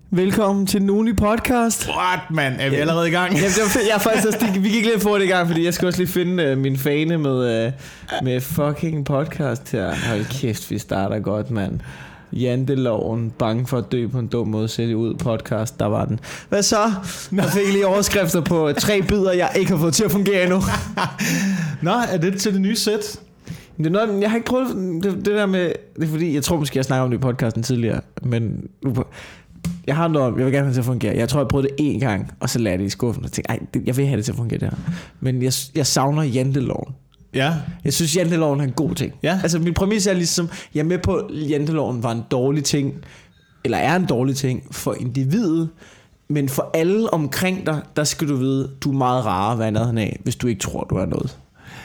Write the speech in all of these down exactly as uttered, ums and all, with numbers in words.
Velkommen til Nuni Podcast. What, man? Er vi ja. allerede i gang? Ja, det var, jeg er faktisk også, vi gik lige få det i gang, fordi jeg skal også lige finde uh, min fane med, uh, med fucking podcast her. Hold kæft, vi starter godt, mand. Janteloven, bange for at dø på en dum måde, sætte ud podcast, der var den. Hvad så? Jeg fik lige overskrifter på tre bidder, jeg ikke har fået til at fungere endnu. Nå, er det til det nye sæt? Det er noget, jeg har ikke prøvet det, det der med, det er fordi, jeg tror måske, jeg snakker om det i podcasten tidligere, men nu, jeg har noget, jeg vil gerne have det til at fungere. Jeg tror, jeg prøvede det én gang, og så lagde det i skuffen og tænkte, ej, det, jeg vil have det til at fungere det her. Men jeg, jeg savner janteloven. Ja. Jeg synes, janteloven er en god ting. Ja. Altså, min præmis er ligesom, jeg er med på, at janteloven var en dårlig ting, eller er en dårlig ting for individet, men for alle omkring dig, der skal du vide, du er meget rarere hver nærheden af, hvis du ikke tror, du er noget.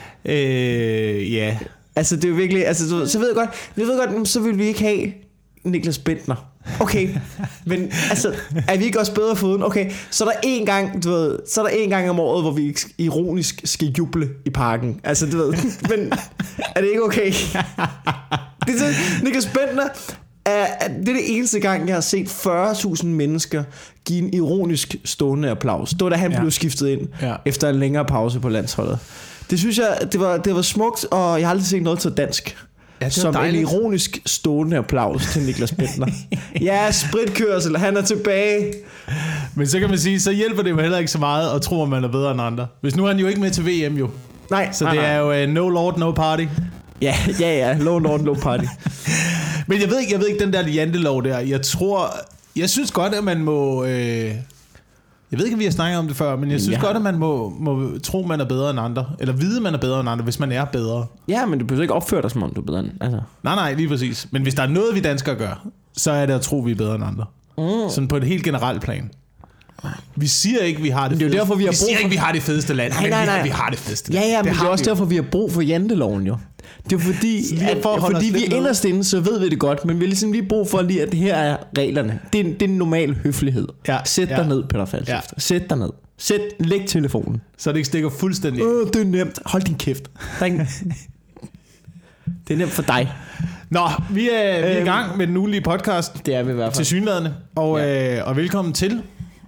Øh, ja. Altså, det er jo virkelig, altså, så, så ved jeg godt, jeg ved godt, så vil vi ikke have Niklas Bentner. Okay, men altså, er vi ikke også bedre foruden? Okay, så er der en gang, du ved, så er der en gang om året, hvor vi ironisk skal juble i parken. Altså, du ved, men er det ikke okay? Det er så, Niklas Bentner er, det er det eneste gang, jeg har set fyrre tusind mennesker give en ironisk stående applaus. Det var da han ja. blev skiftet ind ja. efter en længere pause på landsholdet. Det synes jeg, det var, det var smukt, og jeg har aldrig set noget til dansk. Ja, som dejligt. En ironisk stående applaus til Niklas Bentner. Ja, spritkørsel, han er tilbage. Men så kan man sige, så hjælper det jo heller ikke så meget at tro, at man er bedre end andre. Hvis nu er han jo ikke med til V M jo. Nej. Så nej, det nej. er jo uh, no lord, no party. Ja, ja, ja, no lord, no party. Men jeg ved ikke, jeg ved ikke den der jantelov der. Jeg tror, jeg synes godt, at man må... Øh, jeg ved ikke, om vi har snakket om det før, men jeg synes ja. godt, at man må, må tro, man er bedre end andre. Eller vide, man er bedre end andre, hvis man er bedre. Ja, men du behøver ikke opføre dig, som om du er bedre end altså. Nej, nej, lige præcis. Men hvis der er noget, vi danskere gør, så er det at tro, vi er bedre end andre. Mm. Sådan på et helt generelt plan. Vi siger ikke, vi har det, det fedeste. Derfor, vi, har vi siger for... ikke, vi har det fedeste land, nej, nej, nej. Men vi har det fedeste land. Ja, ja, men det, det er også vi. derfor, vi har brug for janteloven jo. Det er fordi, at, fordi vi er inderst inde, så ved vi det godt, men vi har ligesom lige brug for lige, at det her er reglerne. Det er, det er en normal høflighed. Ja, Sæt dig ja. ned, Peter Falktoft. Ja. Sæt dig ned. Sæt, læg telefonen. Så det ikke stikker fuldstændig. Åh, det er nemt. Hold din kæft. Ingen... det er nemt for dig. Nå, vi er, vi er i gang med den ugenlige podcast. Det er vi i hvert fald. Til synlædende. Og, ja. øh, og velkommen til.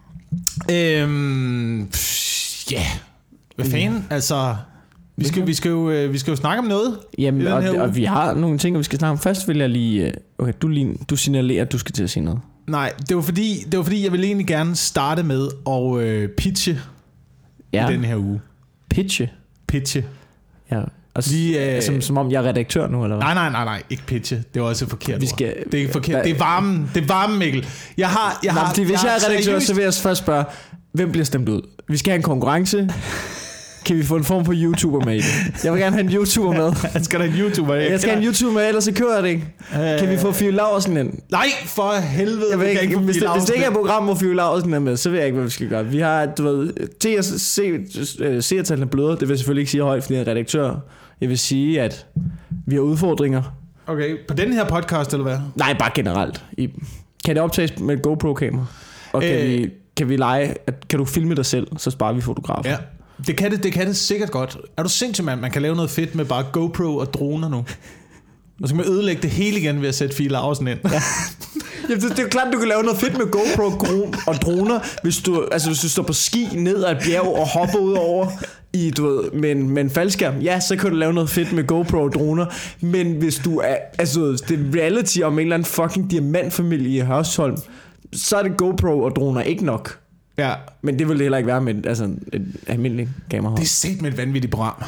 Øhm, ja, yeah. Hvad fanden? Ja. Altså... Vi skal, vi, skal jo, vi skal jo snakke om noget. Jamen, og, og vi har nogle ting, vi skal snakke om. Først vil jeg lige... Okay, du, lige, du signalerer, at du skal til at sige noget. Nej, det var fordi, det var fordi jeg ville egentlig gerne starte med at øh, pitche ja. i den her uge. Pitche? Pitche. Ja. Og lige, øh, som, som om jeg er redaktør nu, eller hvad? Nej, nej, nej, nej. Ikke pitche. Det var også forkert vi skal, ord. Det er forkert. Det er varmen. Det er varmen, Mikkel. Jeg har... Jeg nej, har fordi, hvis jeg, jeg er redaktør, seriøst... så vil jeg først spørge, hvem bliver stemt ud? Vi skal have en konkurrence. Kan vi få en form for YouTuber med i det? Jeg vil gerne have en YouTuber med. Jeg skal der en YouTuber med? Jeg skal have en YouTuber med, ellers så kører jeg det ikke. Øh... Kan vi få Fie Laursen ind? Nej, for helvede. Jeg vil ikke, ikke hvis, det, hvis det ikke er et program, hvor Fie Laursen er med, så ved jeg ikke, hvad vi skal gøre. Vi har, du ved, til at se, seertallene bløder. Det vil jeg selvfølgelig ikke sige højt, fordi jeg er redaktør. Jeg vil sige, at vi har udfordringer. Okay, på den her podcast, eller hvad? Nej, bare generelt. I, kan det optages med et GoPro-kamera? Og kan, øh... vi, kan vi lege, at, kan du filme dig selv, så sparer vi fotografer. Ja. Det kan det, det kan det sikkert godt. Er du sindssygt, mand? Man kan lave noget fedt med bare GoPro og droner nu. Og så kan man ødelægge det hele igen ved at sætte Fie Laursen ind. Ja. Jamen, det, det er jo klart, du kan lave noget fedt med GoPro og droner, hvis du, altså, hvis du står på ski ned ad et bjerg og hopper ud over i, du ved, med en, med en faldskærm. Ja, så kan du lave noget fedt med GoPro og droner. Men hvis du er, altså, det er reality om en eller anden fucking diamantfamilie i Hørsholm, så er det GoPro og droner ikke nok. Ja, men det vil det heller ikke være med altså et almindeligt kamera. Det er set med et vanvittigt program.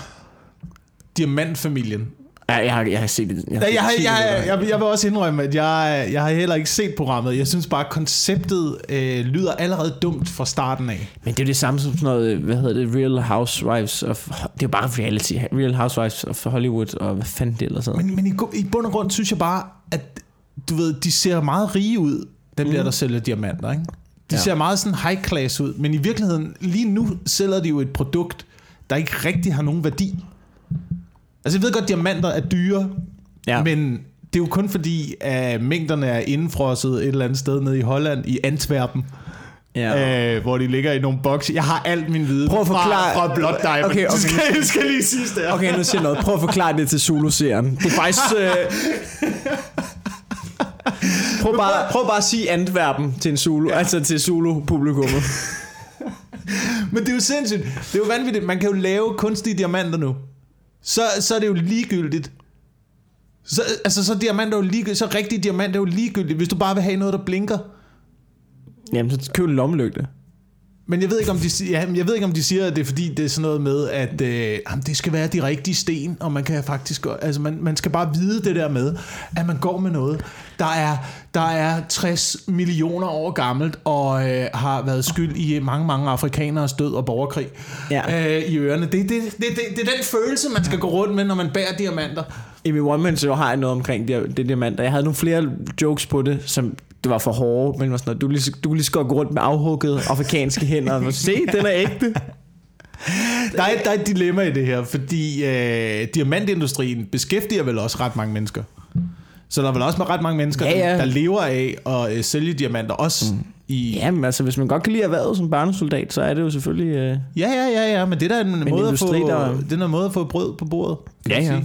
Diamantfamilien. Ja, jeg har, jeg har set det. Jeg, har jeg, har, jeg, jeg, jeg, jeg vil også indrømme, at jeg, jeg har heller ikke set programmet. Jeg synes bare, at konceptet øh, lyder allerede dumt fra starten af. Men det er det samme som sådan noget, hvad hedder det, Real Housewives of... Det er jo bare reality. Real Housewives of Hollywood, og hvad fanden det eller sådan. Men, men i, i bund og grund synes jeg bare, at du ved, de ser meget rige ud, dem der, mm. der sælger diamanter, ikke? De ja. ser meget sådan high class ud, men i virkeligheden, lige nu sælger de jo et produkt, der ikke rigtig har nogen værdi. Altså jeg ved godt, at diamanter er dyre, ja. men det er jo kun fordi, at mængderne er indfrosset et eller andet sted nede i Holland, i Antwerpen, ja. øh, hvor de ligger i nogle bokse. Jeg har alt min viden Prøv at forklare... fra, fra Blood Diamond. Okay, okay, du skal, du skal lige sige det. Okay, nu siger noget. Prøv at forklare det til Zulu-seeren. Det er faktisk... Øh... prøv, bare, prøv bare at sige Antwerpen til en Zulu, ja. altså til Zulu-publikummet. Men det er jo sindssygt. Det er jo vanvittigt. Man kan jo lave kunstige diamanter nu. Så, så er det jo ligegyldigt. Så, altså, så diamanter er jo ligegyldigt. Så rigtige diamanter er jo ligegyldigt. Hvis du bare vil have noget, der blinker. Jamen, så køb en lommelygte. Men jeg ved ikke om de ja, jeg ved ikke om de siger at det er fordi det er sådan noget med at øh, jamen, det skal være de rigtige sten, og man kan faktisk altså man, man skal bare vide det der med at man går med noget der er der er tres millioner år gammelt og øh, har været skyld i mange mange afrikaneres død og borgerkrig ja. øh, i ørerne. Det, det, det, det, det er den følelse man skal gå rundt med når man bærer diamanter. I min one man så har jeg noget omkring det, det diamanter. Jeg havde nogle flere jokes på det som det var for hårde, men var sådan noget, du, lige, du kunne lige så godt gå rundt med afhugget afrikanske hænder og se, den er ægte. Der er, der er et dilemma i det her, fordi øh, diamantindustrien beskæftiger vel også ret mange mennesker. Så der er vel også ret mange mennesker, ja, ja. der lever af at øh, sælge diamanter, også mm. i... Jamen altså, hvis man godt kan lide at være som barnesoldat, så er det jo selvfølgelig... Øh, ja, ja, ja, ja, men det der er en, måde, industri, at få, der... det er en måde at få brød på bordet. Ja, ja.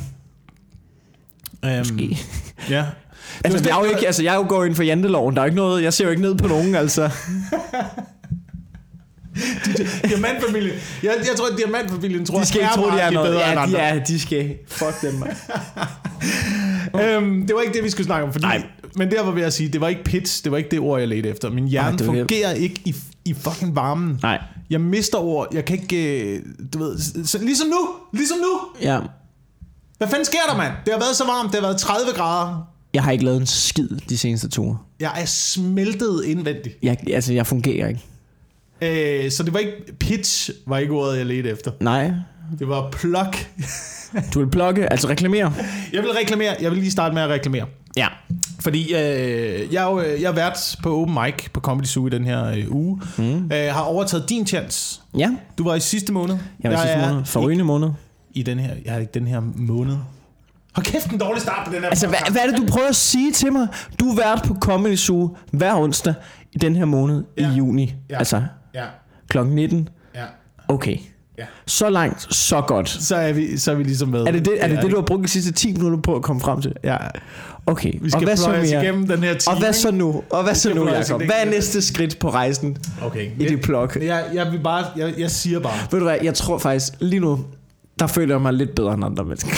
Øhm, ja. Altså, jeg er jo ikke, altså, jeg er jo går ind for janteloven. Der er ikke noget, jeg ser jo ikke ned på nogen, altså. Diamantfamilien. Jeg, jeg tror, at diamantfamilien tror, de skal ikke tro, de er noget. Ja, de er, de skal. Fuck dem, man. øhm, det var ikke det, vi skulle snakke om. Fordi, men der var ved at sige, det var ikke pitch, det var ikke det ord, jeg ledte efter. Min hjerne Ej, fungerer ikke i, i fucking varmen. Nej. Jeg mister ord. Jeg kan ikke, du ved, så, ligesom nu. Ligesom nu. Ja. Hvad fanden sker der, mand? Det har været så varmt. Det har været tredive grader. Jeg har ikke lavet en skid de seneste ture. Jeg er smeltet indvendigt. Jeg, altså, jeg fungerer ikke. Øh, så det var ikke pitch, var ikke ordet, jeg ledte efter. Nej. Det var plug. Du vil plukke, altså reklamere? Jeg vil reklamere. Jeg vil lige starte med at reklamere. Ja. Fordi øh, jeg, er jeg har været på open mic på Comedy Zoo i den her øh, uge. Mm. Øh, har overtaget din chance. Ja. Du var i sidste måned. Jeg var i sidste måned. Forrygende måned. I den her, jeg har ikke den her måned. Hold kæft, en dårlig start på den her. Altså, hvad, hvad er det, du prøver at sige til mig? Du er vært på Comedy Zoo hver onsdag i den her måned ja. i juni. Ja. Altså, ja. klokken nitten. Ja. Okay. Ja. Så langt, så godt. Så er vi, så er vi ligesom med. Er det det, er det, ja, det du har brugt de sidste ti minutter på at komme frem til? Ja. Okay. Vi skal pløje os igennem den her time. Og hvad så nu? Og hvad så nu, Jacob? Hvad er næste skridt på rejsen? Okay. I det plok? Jeg, jeg vil bare, jeg, jeg siger bare. Ved du hvad, jeg tror faktisk, lige nu, der føler jeg mig lidt bedre end andre mennesker.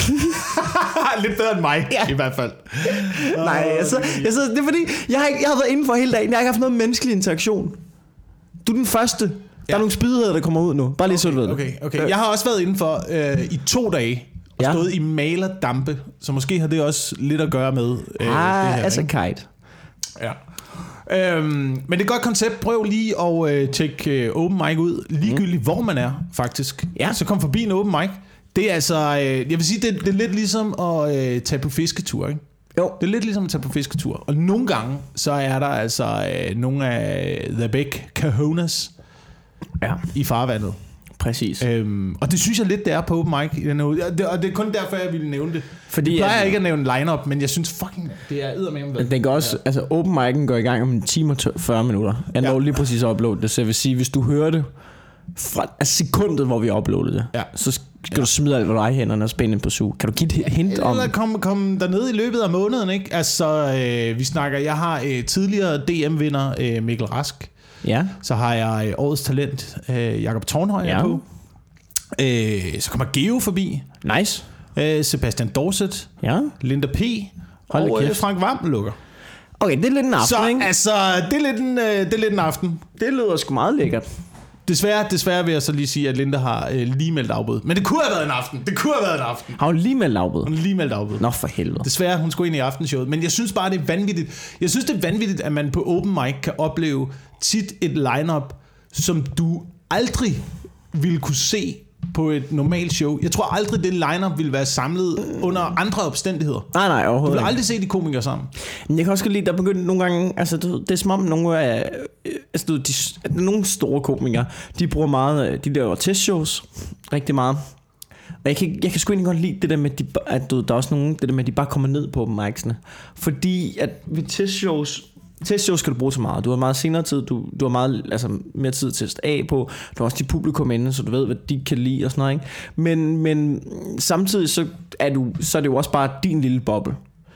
Lidt bedre end mig, ja. I hvert fald. Nej, jeg sidder, jeg sidder, det er fordi, jeg har, ikke, jeg har været indenfor hele dagen. Jeg har ikke haft noget menneskelig interaktion. Du er den første. Der ja. er nogle spydigheder, der kommer ud nu. Bare lige okay, så du ved det. Okay, okay. Jeg har også været indenfor øh, i to dage og ja. stået i malerdampe, så måske har det også lidt at gøre med øh, ah, det her. Altså kite. Ja. Øhm, men det er et godt koncept. Prøv lige at øh, tjekke øh, open mic ud, ligegyldigt mm. hvor man er, faktisk. Ja. Så kom forbi en open mic. Det er altså, øh, jeg vil sige, det, det er lidt ligesom at øh, tage på fisketur, ikke? Jo. Det er lidt ligesom at tage på fisketur. Og nogle gange, så er der altså øh, nogle af The Big Cajonas ja. i farvandet. Præcis. Øhm, og det synes jeg lidt, det er på open mic i den her uge. Og det, og det er kun derfor, jeg ville nævne det. Fordi jeg plejer at, ikke at nævne line-up, men jeg synes fucking, det er eddermame. Den går også, ja. altså open mic'en går i gang om en time og fyrre minutter. Jeg når ja. lige præcis at uploade det, så jeg vil sige, hvis du hører det fra altså sekundet, hvor vi uploadede det, ja. så skal ja. du smide alt, hvad du har i hænderne og spænde på Zoo. Kan du give et hint om... Eller kom, kom derned i løbet af måneden, ikke? Altså, øh, vi snakker, jeg har øh, tidligere D M-vinder øh, Mikkel Rask. Ja. Så har jeg øh, årets talent øh, Jakob Tornhøj ja. på. Øh, så kommer Geo forbi. Nice. Øh, Sebastian Dorset. Ja. Linda P. Hold og øh, Frank Vam lukker. Okay, det er lidt en aften, så, ikke? altså, det er lidt en, øh, det er lidt en aften. Det lyder sgu meget lækkert. Desværre, desværre vil jeg så lige sige, at Linda har øh, lige meldt afbud. Men det kunne have været en aften. Det kunne have været en aften. Har hun lige meldt afbud? Hun har lige meldt afbud. Nå for helvede. Desværre, hun skulle ind i aftenshowet. Men jeg synes bare, det er vanvittigt. Jeg synes, det er vanvittigt, at man på open mic kan opleve tit et line-up, som du aldrig ville kunne se på et normalt show. Jeg tror aldrig, det line-up ville være samlet under andre omstændigheder. Nej, nej, overhovedet Du vil ikke. aldrig se de komikere sammen. Men jeg kan også lide, der begyndte nogle gange, altså det er som om nogle af, altså du, de, nogle store komikere, de bruger meget, de laver testshows rigtig meget. Og jeg kan, jeg kan sgu egentlig godt lide det der med, at du, der er også nogle, det der med, at de bare kommer ned på mic'sene. Fordi at ved testshows, testshows skal du bruge så meget. Du har meget senere tid, du, du har meget altså, mere tid til at teste af på. Du har også de publikum inde, så du ved, hvad de kan lide og sådan noget, ikke? Men, men samtidig så er, du, så er det jo også bare din lille boble.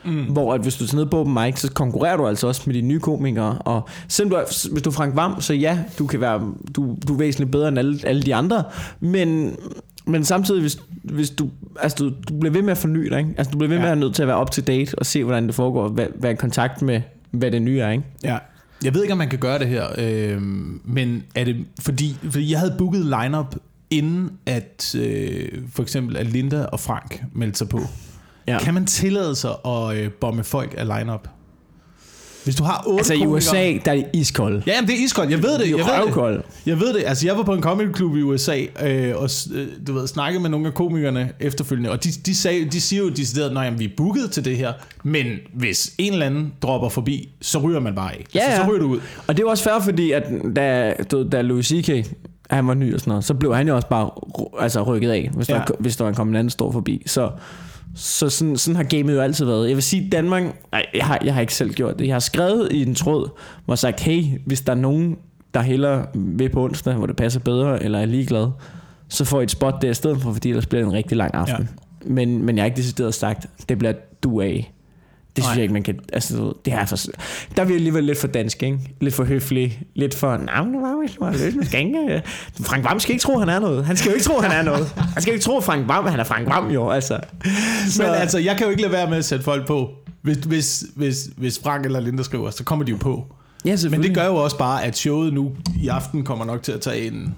Mm. Hvor at hvis du tager ned på open mic, så konkurrerer du altså også med de nye komikere. Og selvom du er, hvis du er Frank Hvam, så ja, du kan være du, du er væsentligt bedre end alle, alle de andre. Men, men samtidig, hvis, hvis du, altså du, du bliver ved med at forny dig, ikke? Altså du bliver ved med ja. at være nødt til at være up to date og se, hvordan det foregår, og være i kontakt med, hvad det nye er, ikke? Ja. Jeg ved ikke, om man kan gøre det her, øh, men er det fordi, fordi jeg havde booket line-up inden at øh, for eksempel at Linda og Frank meldte sig på. Ja. Kan man tillade sig at øh, bomme folk af line-up? Hvis du har otte altså i U S A, der er det iskoldt. Ja, men det er iskoldt. Jeg ved det. Det er jeg ved det. Jeg ved det. Altså, jeg var på en comedyklub i U S A øh, og øh, du ved, snakkede med nogle af komikerne efterfølgende, og de, de, sagde, de siger jo decideret, nej, vi er booket til det her, men hvis en eller anden dropper forbi, så ryger man bare af. Ja, altså, så ryger du ud. Og det er også fair, fordi at da, da Louis C K han var ny og sådan noget, så blev han jo også bare altså, rykket af, hvis, ja. der, hvis der kom en anden stor forbi. Så Så sådan, sådan har gamet jo altid været. Jeg vil sige, Danmark, nej, jeg har, jeg har ikke selv gjort det. Jeg har skrevet i en tråd, hvor jeg sagt, hey, hvis der er nogen, der hellere vil på onsdag, hvor det passer bedre, eller er ligeglad, så får I et spot der i stedet for, fordi ellers bliver det en rigtig lang aften. Ja. Men, men jeg har ikke decideret sagt, det bliver du af. Det synes Nej. jeg ikke, man kan. Altså, det er for, der er vi alligevel lidt for dansk, ikke? Lidt for høflig. Lidt for, nej, nu var vi slået løs med skænke. Frank Hvam skal ikke tro, han er noget. Han skal jo ikke tro, han er noget. Han skal ikke tro, Frank Hvam, han er Frank Hvam, jo. Altså. Så. Men altså, jeg kan jo ikke lade være med at sætte folk på. Hvis, hvis, hvis, hvis Frank eller Linda skriver, så kommer de jo på. Ja, men det gør jo også bare, at showet nu i aften kommer nok til at tage en...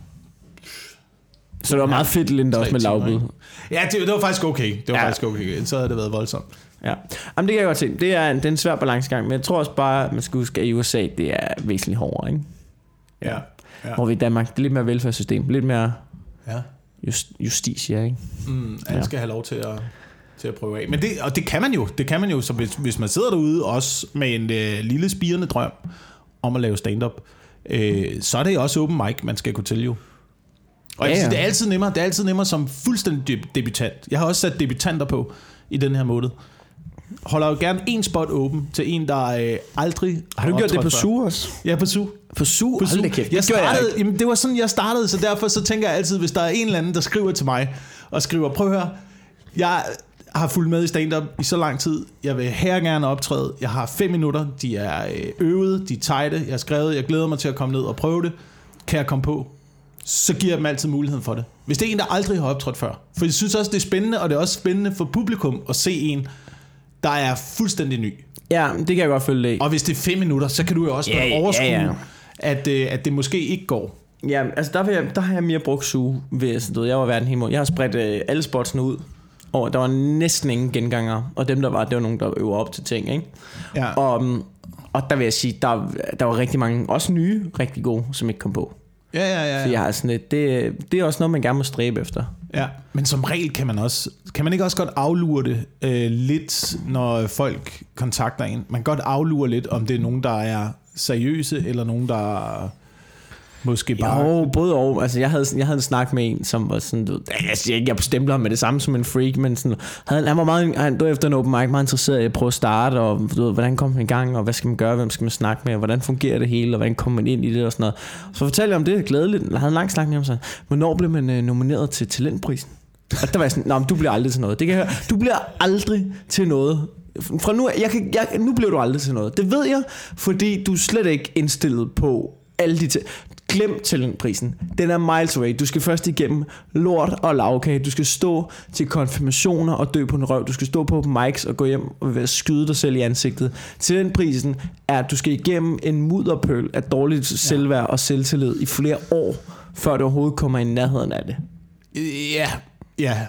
Så det var meget fedt, Linda, også med lavbud. Ja, det, det var faktisk okay. Det var ja. faktisk okay. Så havde det været voldsomt. Ja, jamen det kan jeg godt se. Det er, en, det er en svær balancegang, men jeg tror også bare, at man skal huske, at i U S A, det er væsentligt hårdere, ikke? Ja. Ja. Hvor vi i Danmark, det er lidt mere velfærdssystem, lidt mere ja. just, justitia, ikke? Mm, alle ja. skal have lov til at, til at prøve af. Men det, og det kan man jo, det kan man jo, så hvis, hvis man sidder derude også med en øh, lille spirende drøm om at lave stand-up, øh, så er det også open mic, man skal kunne til jo. Og ja, ja. det er altid nemmere, det er altid nemmere som fuldstændig debutant. Jeg har også sat debutanter på i den her måned. Holder jo gerne en spot åben til en, der øh, aldrig har... Har du gjort det på Su også? Ja, på Su. På Su? På Su. Jeg jeg startede, jeg jamen, det var sådan, jeg startede, så derfor så tænker jeg altid, hvis der er en eller anden, der skriver til mig, og skriver, prøv at høre, jeg har fulgt med i stand-up i så lang tid, jeg vil her gerne optræde, jeg har fem minutter, de er øvet, de er tighte, jeg har skrevet, jeg glæder mig til at komme ned og prøve det, kan jeg komme på? Så giver jeg dem altid muligheden for det. Hvis det er en, der aldrig har optrådt før. For jeg synes også, det er spændende, og det er også spændende for publikum at se en, der er fuldstændig ny. Ja, det kan jeg godt følge det. Og hvis det er fem minutter, så kan du jo også ja, overskue, ja, ja. At, at det måske ikke går. Ja, altså der, jeg, der har jeg mere brugt Su. Ved, du ved, jeg var verden helt mod. Jeg har spredt øh, alle spotsene ud. Og der var næsten ingen genganger. Og dem, der var, det var nogen, der øver op til ting, ikke? Ja. Og, og der vil jeg sige, der, der var rigtig mange, også nye, rigtig gode, som ikke kom på. Ja, ja, ja, ja. Så jeg har sådan et, det, det er også noget, man gerne må stræbe efter. Ja, men som regel kan man også, kan man ikke også godt aflure det øh, lidt, når folk kontakter en? Man kan godt aflure lidt, om det er nogen, der er seriøse, eller nogen, der måske bare... Jo, både og. Altså, jeg havde, jeg havde en snak med en, som var sådan, du, jeg siger ikke, jeg stempler ham med det samme som en freak, men sådan, han, han var meget, han, du efter en open mic, meget interesseret i at prøve at starte, og du ved, hvordan kommer man i gang, og hvad skal man gøre, hvem skal man snakke med, og hvordan fungerer det hele, og hvordan kommer man ind i det, og sådan noget. Så fortalte jeg om det, glædeligt, jeg havde en lang snak med ham, så hvornår blev man øh, nomineret til talentprisen? Og der var jeg sådan, nå, men du bliver aldrig til noget. Det kan jeg høre. Du bliver aldrig til noget. Fra nu, jeg kan, jeg, nu bliver du aldrig til noget. Det ved jeg, fordi du er slet ikke indstillet på alle de ting. Glem talentprisen. Den er miles away. Du skal først igennem lort og lavkage. Du skal stå til konfirmationer og dø på en røv. Du skal stå på mics og gå hjem og skyde dig selv i ansigtet. Talentprisen er, at du skal igennem en mudderpøl af dårligt selvværd og selvtillid i flere år, før du overhovedet kommer i nærheden af det. Ja, ja.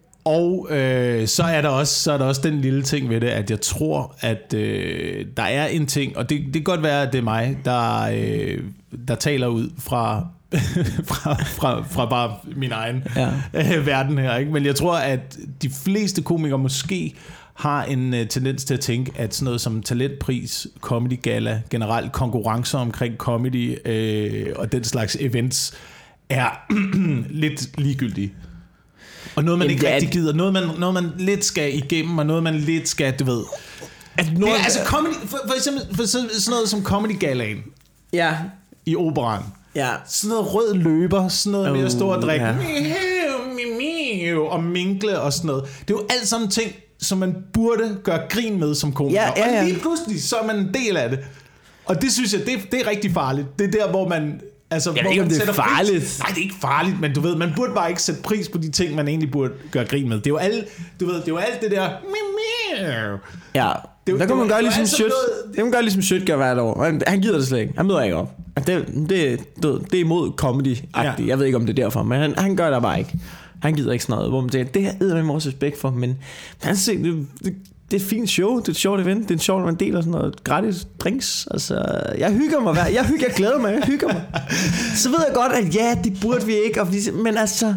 Og øh, så er der også så er der også den lille ting ved det, at jeg tror, at øh, der er en ting, og det, det kan godt være, at det er mig, der, øh, der taler ud fra, fra, fra, fra bare min egen ja. øh, verden her, ikke? Men jeg tror, at de fleste komikere måske har en øh, tendens til at tænke, at sådan noget som talentpris, comedy gala, generelt konkurrencer omkring comedy øh, og den slags events er lidt ligegyldige. Og noget man Jamen, ikke rigtig er... gider, noget man, noget man lidt skal igennem, og noget man lidt skal, du ved. Altså, noget, det er, altså comedy, for, for eksempel for sådan noget som Comedy Galaen. Ja. I operaen. Ja. Sådan noget rød løber, sådan noget uh, med at stå og drikke. Ja. Og minkle og sådan noget. Det er jo alt sammen ting, som man burde gøre grin med som komiker. Ja, ja, ja. Og lige pludselig, så er man en del af det. Og det synes jeg, det, det er rigtig farligt. Det er der, hvor man... Altså, jeg ved ikke, om det er farligt. Pris. Nej, det er ikke farligt, men du ved, man burde bare ikke sætte pris på de ting, man egentlig burde gøre grin med. Det er jo alle, du ved, det er jo alt det der... Ja, det, der kan man gøre ligesom Sjøt. Det kan man gøre ligesom Sjøt gør hvert år. Han, han gider det slet ikke. Han møder ikke op. Det, det, det, det er imod comedy-agtigt. Ja. Jeg ved ikke, om det er derfor, men han, han gør det bare ikke. Han gider ikke sådan noget, hvor man tænker, det her æder med vores respekt for, men han siger, det, det, det er et fint show, det er et sjovt event, det er en sjovt, man deler sådan noget gratis drinks. Altså, jeg hygger mig, jeg hygger, jeg glæder mig, jeg hygger mig. Så ved jeg godt, at ja, det burde vi ikke, og vi, men altså,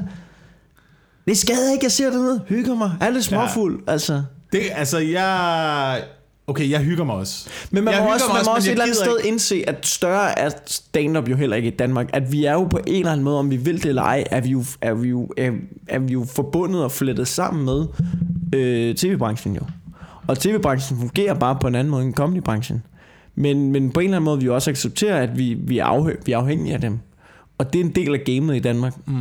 det skader ikke, jeg ser det ned, hygger mig, er lidt småfuld, ja. Altså. Det, altså, jeg... Okay, jeg hygger mig også. Men man jeg må også, man også, må også et eller andet sted ikke. indse, at større er stand-up jo heller ikke i Danmark. At vi er jo på en eller anden måde, om vi vil det eller ej, er vi jo, er vi jo, er, er vi jo forbundet og flettet sammen med øh, tv-branchen jo. Og tv-branchen fungerer bare på en anden måde end comedy-branchen. Men, men på en eller anden måde vi jo også accepterer, at vi, vi, er afhæ- vi er afhængige af dem. Og det er en del af gamet i Danmark. Mm.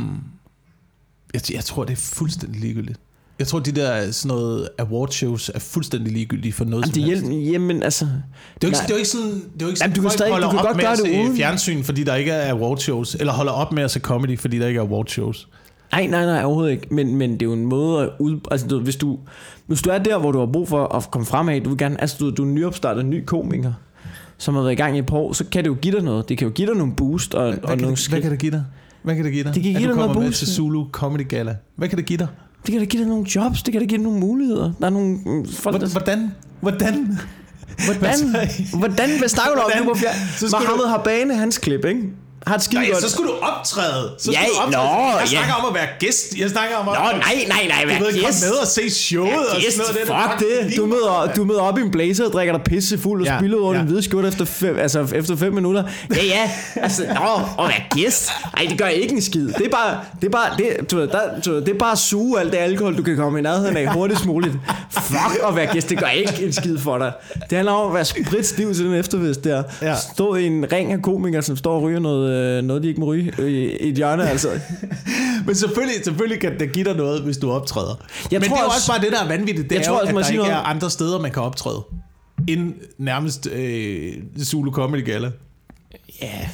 Jeg, jeg tror, det er fuldstændig ligegyldigt. Jeg tror, de der sådan noget awardshows er fuldstændig ligegyldige for noget jamen, som det helst. Jamen, altså... Det er jo ikke, det er jo ikke sådan, det er jo ikke sådan jamen, du kan stadig, holder du kan op godt med gøre at det se uden. fjernsyn, fordi der ikke er awardshows, eller holder op med at se comedy, fordi der ikke er awardshows. Nej, nej, nej, overhovedet ikke. Men, men det er jo en måde at ud... Altså, du, hvis, du, hvis du er der, hvor du har brug for at komme fremad, du vil gerne... Altså, du, du er en nyopstartet ny komiker, som har været i gang i et par år, så kan det jo give dig noget. Det kan jo give dig nogle boost og, hvad, og hvad nogle skridt. Hvad kan det give dig? Hvad kan det give dig? Det kan give at dig du noget kommer med boost. til Zulu Comedy Gala. Hvad kan det give dig? Det kan da give dig nogle jobs, det kan da give dig nogle muligheder. Der er nogle folk, der... Hvordan? Hvordan? Hvordan? Hvordan? Hvad snakker du om? Du på fjern... Mohammed du... Habane, hans klip, ikke? Har et skide nej, godt... så skulle du optræde. Så ja, skulle du optræde. Nå, jeg snakker ja. om at være gæst. Jeg snakker om at... Nå, nej, nej, nej, hvad gæst? Du ved, komme med og se showet ja, og sådan noget. Fuck det. det. Du, møder, du møder op i en blazer og drikker dig pisse fuld og ja, spiller over ja. en hvide skjorte efter fem, altså efter fem minutter. Ja, ja. Altså, nå, at være gæst. Nej, det gør ikke en skid. Det er bare, det er bare, det, du ved, der, du ved, det er bare at suge alt det alkohol, du kan komme i nærheden af hurtigst muligt. Fuck at være gæst. Det gør ikke en skid for dig. Det handler om at være spritstiv til den efterfest der. Ja. Stå i en ring af komikere, som står og ryger noget, noget de ikke må ryge i et hjørne, altså. Men selvfølgelig, selvfølgelig kan det give dig noget, hvis du optræder. Jeg Men tror det er jo også, også bare det, der er vanvittigt. Det jeg er tror jo, også, at der ikke noget. er andre steder, man kan optræde. End nærmest øh, Zulu Comedy Gala. Ja. Yeah.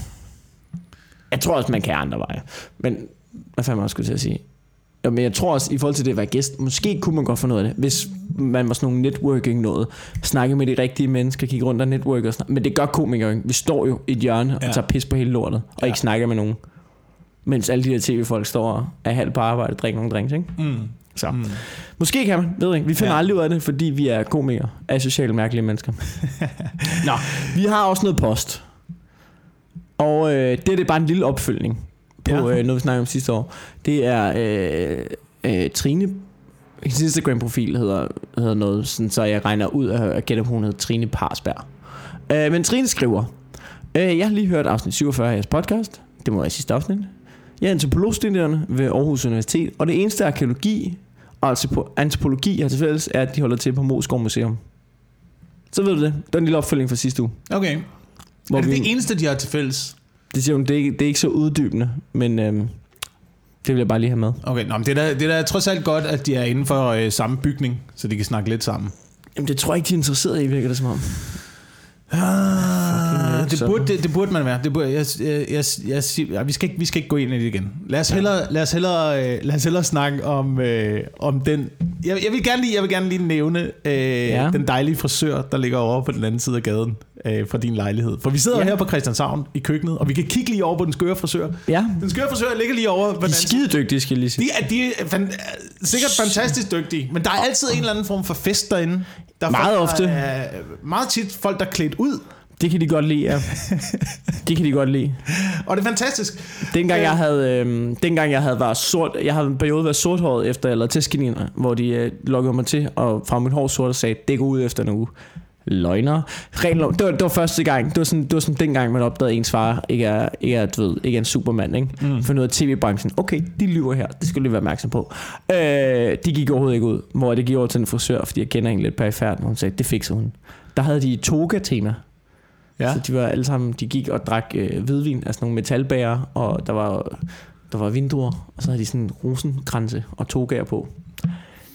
Jeg tror også, man kan andre veje. Men hvad fanden man også skulle til at sige? Jo, men jeg tror også, i forhold til det at være gæst, måske kunne man godt få noget af det, hvis man var sådan nogle networking noget, snakke med de rigtige mennesker, kigge rundt og network og sådan. Men det gør komikere ikke. Vi står jo i et hjørne og ja. tager pis på hele lortet, og ja. ikke snakker med nogen. Mens alle de der tv-folk står og er halvt på arbejde og drikker nogle drinks, ikke? Mm. Så. Mm. Måske kan man, ved ikke. Vi finder ja. aldrig ud af det, fordi vi er komikere, er socialt mærkelige mennesker. Nå, vi har også noget post. Og øh, det er det bare en lille opfølgning på ja. øh, noget, vi snakkede om sidste år. Det er øh, øh, Trine, hendes Instagram-profil hedder, hedder noget, sådan, så jeg regner ud af at gætte, hun hedder Trine Parsberg. Øh, men Trine skriver, øh, jeg har lige hørt afsnit syvogfyrre af jeres podcast. Det må være sidste afsnit. Jeg er antropologstuderende ved Aarhus Universitet, og det eneste arkeologi og antropologi har til fælles er, at de holder til på Moesgaard Museum. Så ved du det. Det er en lille opfølging fra sidste uge. Okay. Hvor er det vi, det eneste, de har til fælles? Det siger hun, det er ikke, det er ikke så uddybende, men øhm, det vil jeg bare lige have med. Okay, nå, men det er da, det er da trods alt godt, at de er inden for øh, samme bygning, så de kan snakke lidt sammen. Jamen det tror jeg ikke, de er interesseret i, virker det som om. Ah, det, burde, det, det burde man være. Det burde, jeg, jeg, jeg, jeg, jeg, vi, skal ikke, vi skal ikke gå ind i det igen. Lad os hellere, lad os hellere, lad os hellere snakke om, øh, om den. Jeg, jeg, vil gerne lige, jeg vil gerne lige nævne øh, ja. den dejlige frisør, der ligger over på den anden side af gaden øh, fra din lejlighed. For vi sidder ja. her på Christianshavn i køkkenet, og vi kan kigge lige over på den skøre frisør. Ja. Den skøre frisør ligger lige over. De er skide dygtige, skal jeg lige sige. De er, de er fan, sikkert fantastisk dygtige, men der er altid en eller anden form for fest derinde. Der er meget folk, ofte. Der er, meget tit folk, der er klædt ud. Det kan de godt lide, ja. Det kan de godt lide. Og det er fantastisk. Dengang jeg havde, øh, dengang jeg havde været sort, jeg havde en periode været sorthåret efter jeg lavede testkaniner, hvor de øh, lukkede mig til og fra mit hår sort og sagde, det går ud efter en uge. Løgner. Det var, det var første gang. Det var sådan, det var sådan dengang man opdagede ens far ikke er, ikke er, du ved, ikke er en supermand, ikke? Mm. For noget af tv-branchen. Okay, de lyver her. Det skulle lige være opmærksom på. Øh, de gik overhovedet ikke ud, hvor det gik over til en frisør, fordi jeg kender hende lidt perifært, og hun sagde, det fikser hun. Der havde de toga-tema. Ja. Så de var alle sammen, de gik og drak øh, hvidvin, altså nogle metalbærer, og der var, der var vinduer, og så havde de sådan rosenkranse og togaer på.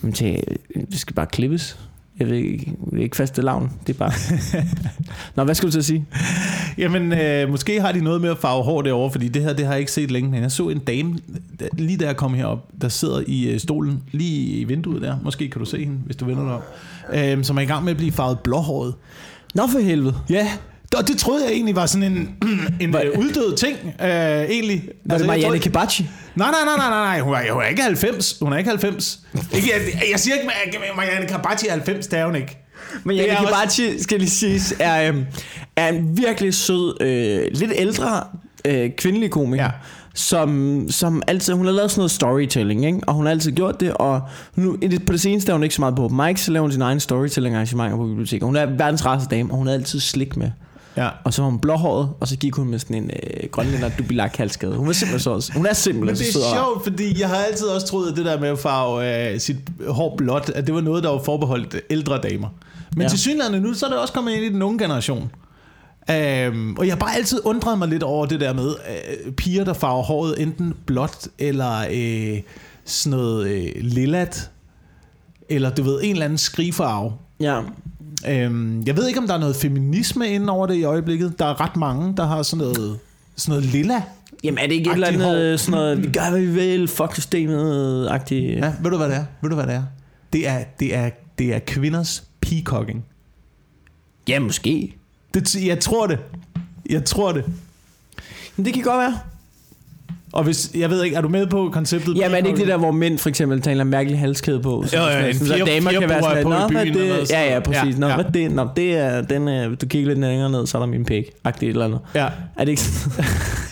Men til, det skal bare klippes. Jeg ved ikke, det er ikke faste lavn. Det er bare... Nå, hvad skal du til at sige? Jamen, øh, måske har de noget med at farve hår derovre, fordi det her, det har jeg ikke set længe. Men jeg så en dame, der, lige da jeg kom herop, der sidder i øh, stolen, lige i vinduet der. Måske kan du se hende, hvis du vender dig op. Øh, som er i gang med at blive farvet blåhåret. Nå for helvede. Ja, og det troede jeg egentlig var sådan en, en øh, uddød ting, øh, egentlig. Var altså, det Marianne Kibachi? Nej, nej, nej, nej, nej, hun er, hun er ikke halvfems. Hun er ikke halvfems. Ikke, jeg, jeg siger ikke, at Marianne Kibachi er halvfems, det er hun ikke. Men Marianne Kibachi, også... skal lige siges, er, øh, er en virkelig sød, øh, lidt ældre øh, kvindelig komiker. Ja. Som, som altid, hun har lavet sådan noget storytelling, ikke? Og hun har altid gjort det. Og nu, på det seneste er hun ikke så meget på Mike, så laver hun sin egen storytelling arrangementer på biblioteket. Hun er verdens rareste dame, og hun har altid slik med. Ja. Og så var hun blåhåret, og så gik hun med sådan en øh, grønlænder dubilak halskade. Hun var simpelthen så Hun er simpelthen. Men det er så sjovt, fordi jeg har altid også troet, at det der med at farve øh, sit hår blåt, at det var noget, der var forbeholdt ældre damer. Men ja. Til synligheden nu, så er det også kommet ind i den unge generation. Um, og jeg har bare altid undret mig lidt over det der med uh, piger, der farver håret enten blåt eller uh, sådan noget uh, lillat, eller du ved, en eller anden skrigfarve. Ja. Um, jeg ved ikke, om der er noget feminisme inde over det i øjeblikket. Der er ret mange, der har sådan noget, sådan noget lilla. Jamen er det ikke et eller andet sådan noget, vi gør hvad vi vil, fuck systemet-agtigt? Ja, ved du hvad det er? Ved du hvad det er? Det er, det er, det er kvinders peacocking. Ja, måske. Det, jeg tror det. Jeg tror det. Men det kan godt være. Og hvis, jeg ved ikke, er du med på konceptet? Ja, men er det ikke det der, hvor mænd for eksempel taler en mærkelig halskæde på? Så, jo, ja, sådan, så damer kan være sådan, nå, hvad det? Ja, ja, præcis. Ja, nå, ja. hvad det? Nå, det er, den er, du kigger lidt længere ned, så er der min pæk. Agtigt eller andet. Ja. Er det ikke sådan?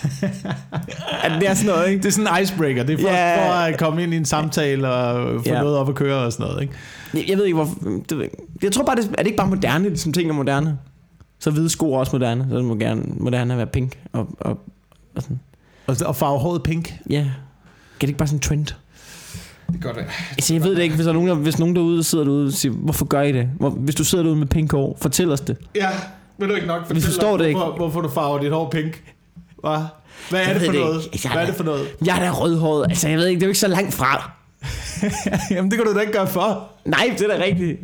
Er det er sådan noget, ikke? Det er sådan en icebreaker. Det er for, ja. for at komme ind i en samtale og få ja. noget op at køre og sådan noget, ikke? Jeg, jeg ved ikke, hvor... Det, jeg tror bare, det, er det ikke bare moderne, ligesom ting er moderne? Så hvide sko er også moderne. Så det må gerne moderne at være pink og, og, og sådan. Og, og farve håret pink? Ja. Kan det ikke bare sådan en trend? Det gør det. Altså, jeg ved det ikke, hvis, der er nogen, der, hvis nogen derude sidder derude og siger, hvorfor gør I det? Hvor, hvis du sidder derude med pink hår, fortæl os det. Ja, vil du ikke nok fortælle vi forstår det ikke. Hvorfor, hvorfor du farver dit hår pink? Hvad? Hvad er det for det noget? Jeg Hvad er det for noget? Jeg er da rødhåret. Altså, jeg ved ikke, det er jo ikke så langt fra. Jamen, det kan du da ikke gøre for. Nej, det er da rigtigt.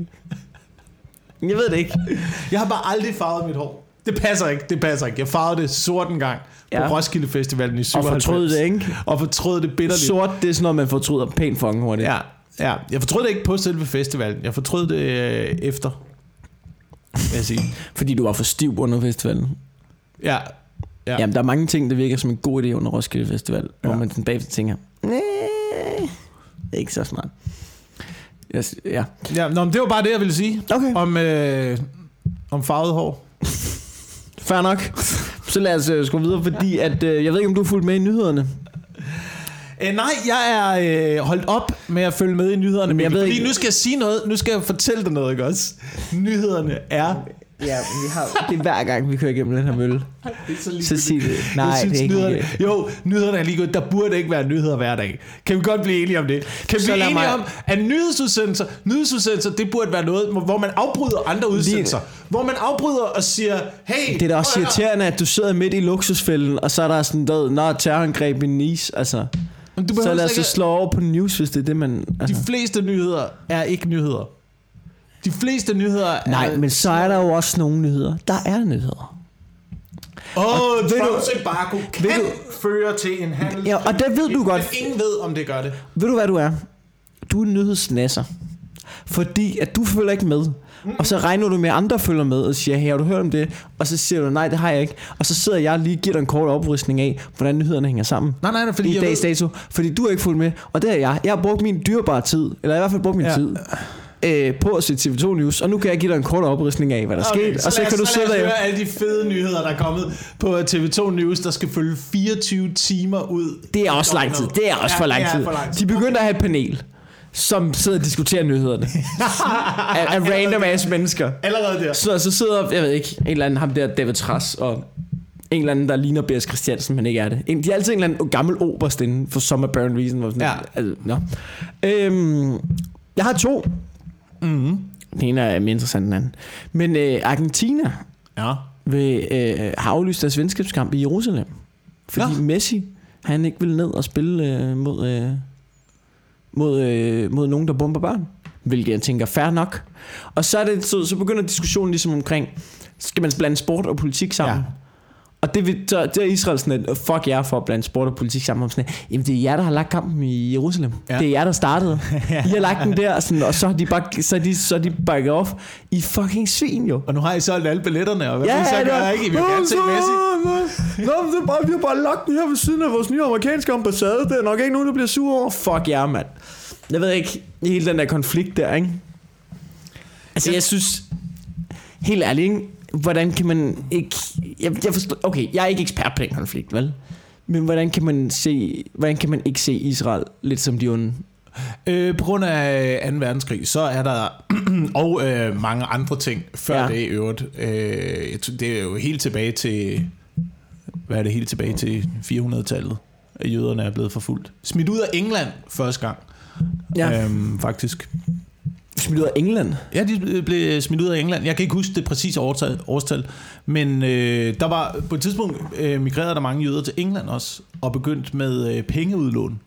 Jeg ved det ikke. Jeg har bare aldrig farvet mit hår. Det passer ikke, det passer ikke. Jeg farvede det sort en gang på ja. Roskilde Festivalen i syvoghalvfems. Og fortrød det, ikke? Og fortrød det bitterligt. Sort, det er sådan noget, man fortryder pænt fucking hurtigt. Ja, ja. Jeg fortrød det ikke på selve festivalen. Jeg fortrød det øh, efter, vil jeg sige. Fordi du var for stiv under festivalen. Ja. Ja. Jamen, der er mange ting, der virker som en god idé under Roskilde Festival. Ja. Hvor man sådan bagefter tænker, næh, det er ikke så smart. Yes, ja. Ja, nå, men det var bare det, jeg ville sige. Okay. Om, øh, om farvet hår. Fair nok. Så lad os uh, skrue videre, fordi at, uh, jeg ved ikke, om du er fulgt med i nyhederne. Øh, nej, jeg er øh, holdt op med at følge med i nyhederne. Men jeg ved fordi ikke. Nu skal jeg sige noget. Nu skal jeg fortælle dig noget, ikke også? Nyhederne er... Ja, vi har, det er hver gang, vi kører igennem den her mølle. Så, så sig det. Nej, synes, det er ikke nyhederne, okay. Jo, nyhederne er lige godt. Der burde ikke være nyheder hver dag. Kan vi godt blive enige om det? Kan vi så blive enige mig... om, at nyhedsudsendelser, nyhedsudsendelser, det burde være noget, hvor man afbryder andre udsendelser. Lige... Hvor man afbryder og siger, hey... Det er da også irriterende, at du sidder midt i luksusfælden, og så er der sådan noget, nå, terrorangreb i Nice, altså... Så lad os ikke... slå over på news, hvis det er det, man... Altså. De fleste nyheder er ikke nyheder. De fleste nyheder er... Nej, men så er der jo også nogle nyheder. Der er nyheder. Åh, oh, Trumps embargo kan du, føre til en handel. Ja, og det ved du godt. Men ingen ved, om det gør det. Ved du, hvad du er? Du er en nyhedsnasser. Fordi at du følger ikke med. Mm-hmm. Og så regner du med, at andre følger med og siger, hey, har du hørt om det? Og så siger du, nej, det har jeg ikke. Og så sidder jeg lige og giver dig en kort oprystning af, hvordan nyhederne hænger sammen. Nej, nej, nej, fordi i dags dato. Fordi du er ikke fulgt med. Og det er jeg. Jeg har brugt min dyrebare tid, eller i hvert fald brugt min ja. tid. Øh, på at se T V to News, og nu kan jeg give dig en kort opristning af, hvad der okay, skete, så og så kan du sidde der. Høre alle de fede nyheder, der er kommet på T V to News, der skal følge fireogtyve timer ud. Det er også lang tid. Det er også ja, for lang tid. For lang tid. De begyndte at have et panel, som sidder og diskuterer nyhederne af, af random ass mennesker. Allerede der. Så, så sidder, jeg ved ikke, en eller anden ham der David Trass og en eller anden, der ligner Beers Christiansen, men ikke er det. En, de er altid en eller anden gammel oberst inden for some apparent reason. Sådan, ja. Altså, no. øhm, jeg har to. Mm-hmm. Den ene er mere interessant end den anden. Men øh, Argentina ja. vil øh, have aflyst deres venskabskamp i Jerusalem, fordi ja. Messi han ikke vil ned og spille øh, mod, øh, mod, øh, mod nogen, der bomber børn. hvilket jeg tænker fair nok. Og så, er det, så, så begynder diskussionen ligesom omkring, skal man blande sport og politik sammen? Ja. Og det, så, det er Israel sådan et, fuck jer for at blande sport og politik sammen. Sådan, jamen det er jer, der har lagt kampen i Jerusalem. Ja. Det er jer, der startede. I har lagt den der, sådan, og så har de bare, så er de, så er de backet off. I fucking svin jo. Og nu har I solgt alle billetterne, og hvad ja, så ja, gør jeg ikke? I vil jo gerne se Messi. Nå, det er bare, vi har bare lagt den her ved siden af vores nye amerikanske ambassade. Det er nok ikke nogen, der bliver sur over. Fuck jer, mand. Jeg ved ikke, hele den der konflikt der, ikke? Altså, jeg synes, helt ærligt, ikke? Hvordan kan man ikke... Jeg, jeg forstår, okay, jeg er ikke ekspert på den konflikt, vel? Men hvordan kan man se... Hvordan kan man ikke se Israel lidt som de onde? Øh, på grund af anden verdenskrig, så er der... og øh, mange andre ting før ja. det i øvrigt. Øh, det er jo helt tilbage til... Hvad er det helt tilbage til fire hundrede-tallet? At jøderne er blevet forfulgt. Smidt ud af England første gang. Ja. Øhm, faktisk. Smidt ud af England? Ja, de blev smidt ud af England. Jeg kan ikke huske det præcise årstal, årstal men øh, der var på et tidspunkt øh, migrerede der mange jøder til England også, og begyndt med øh, pengeudlån.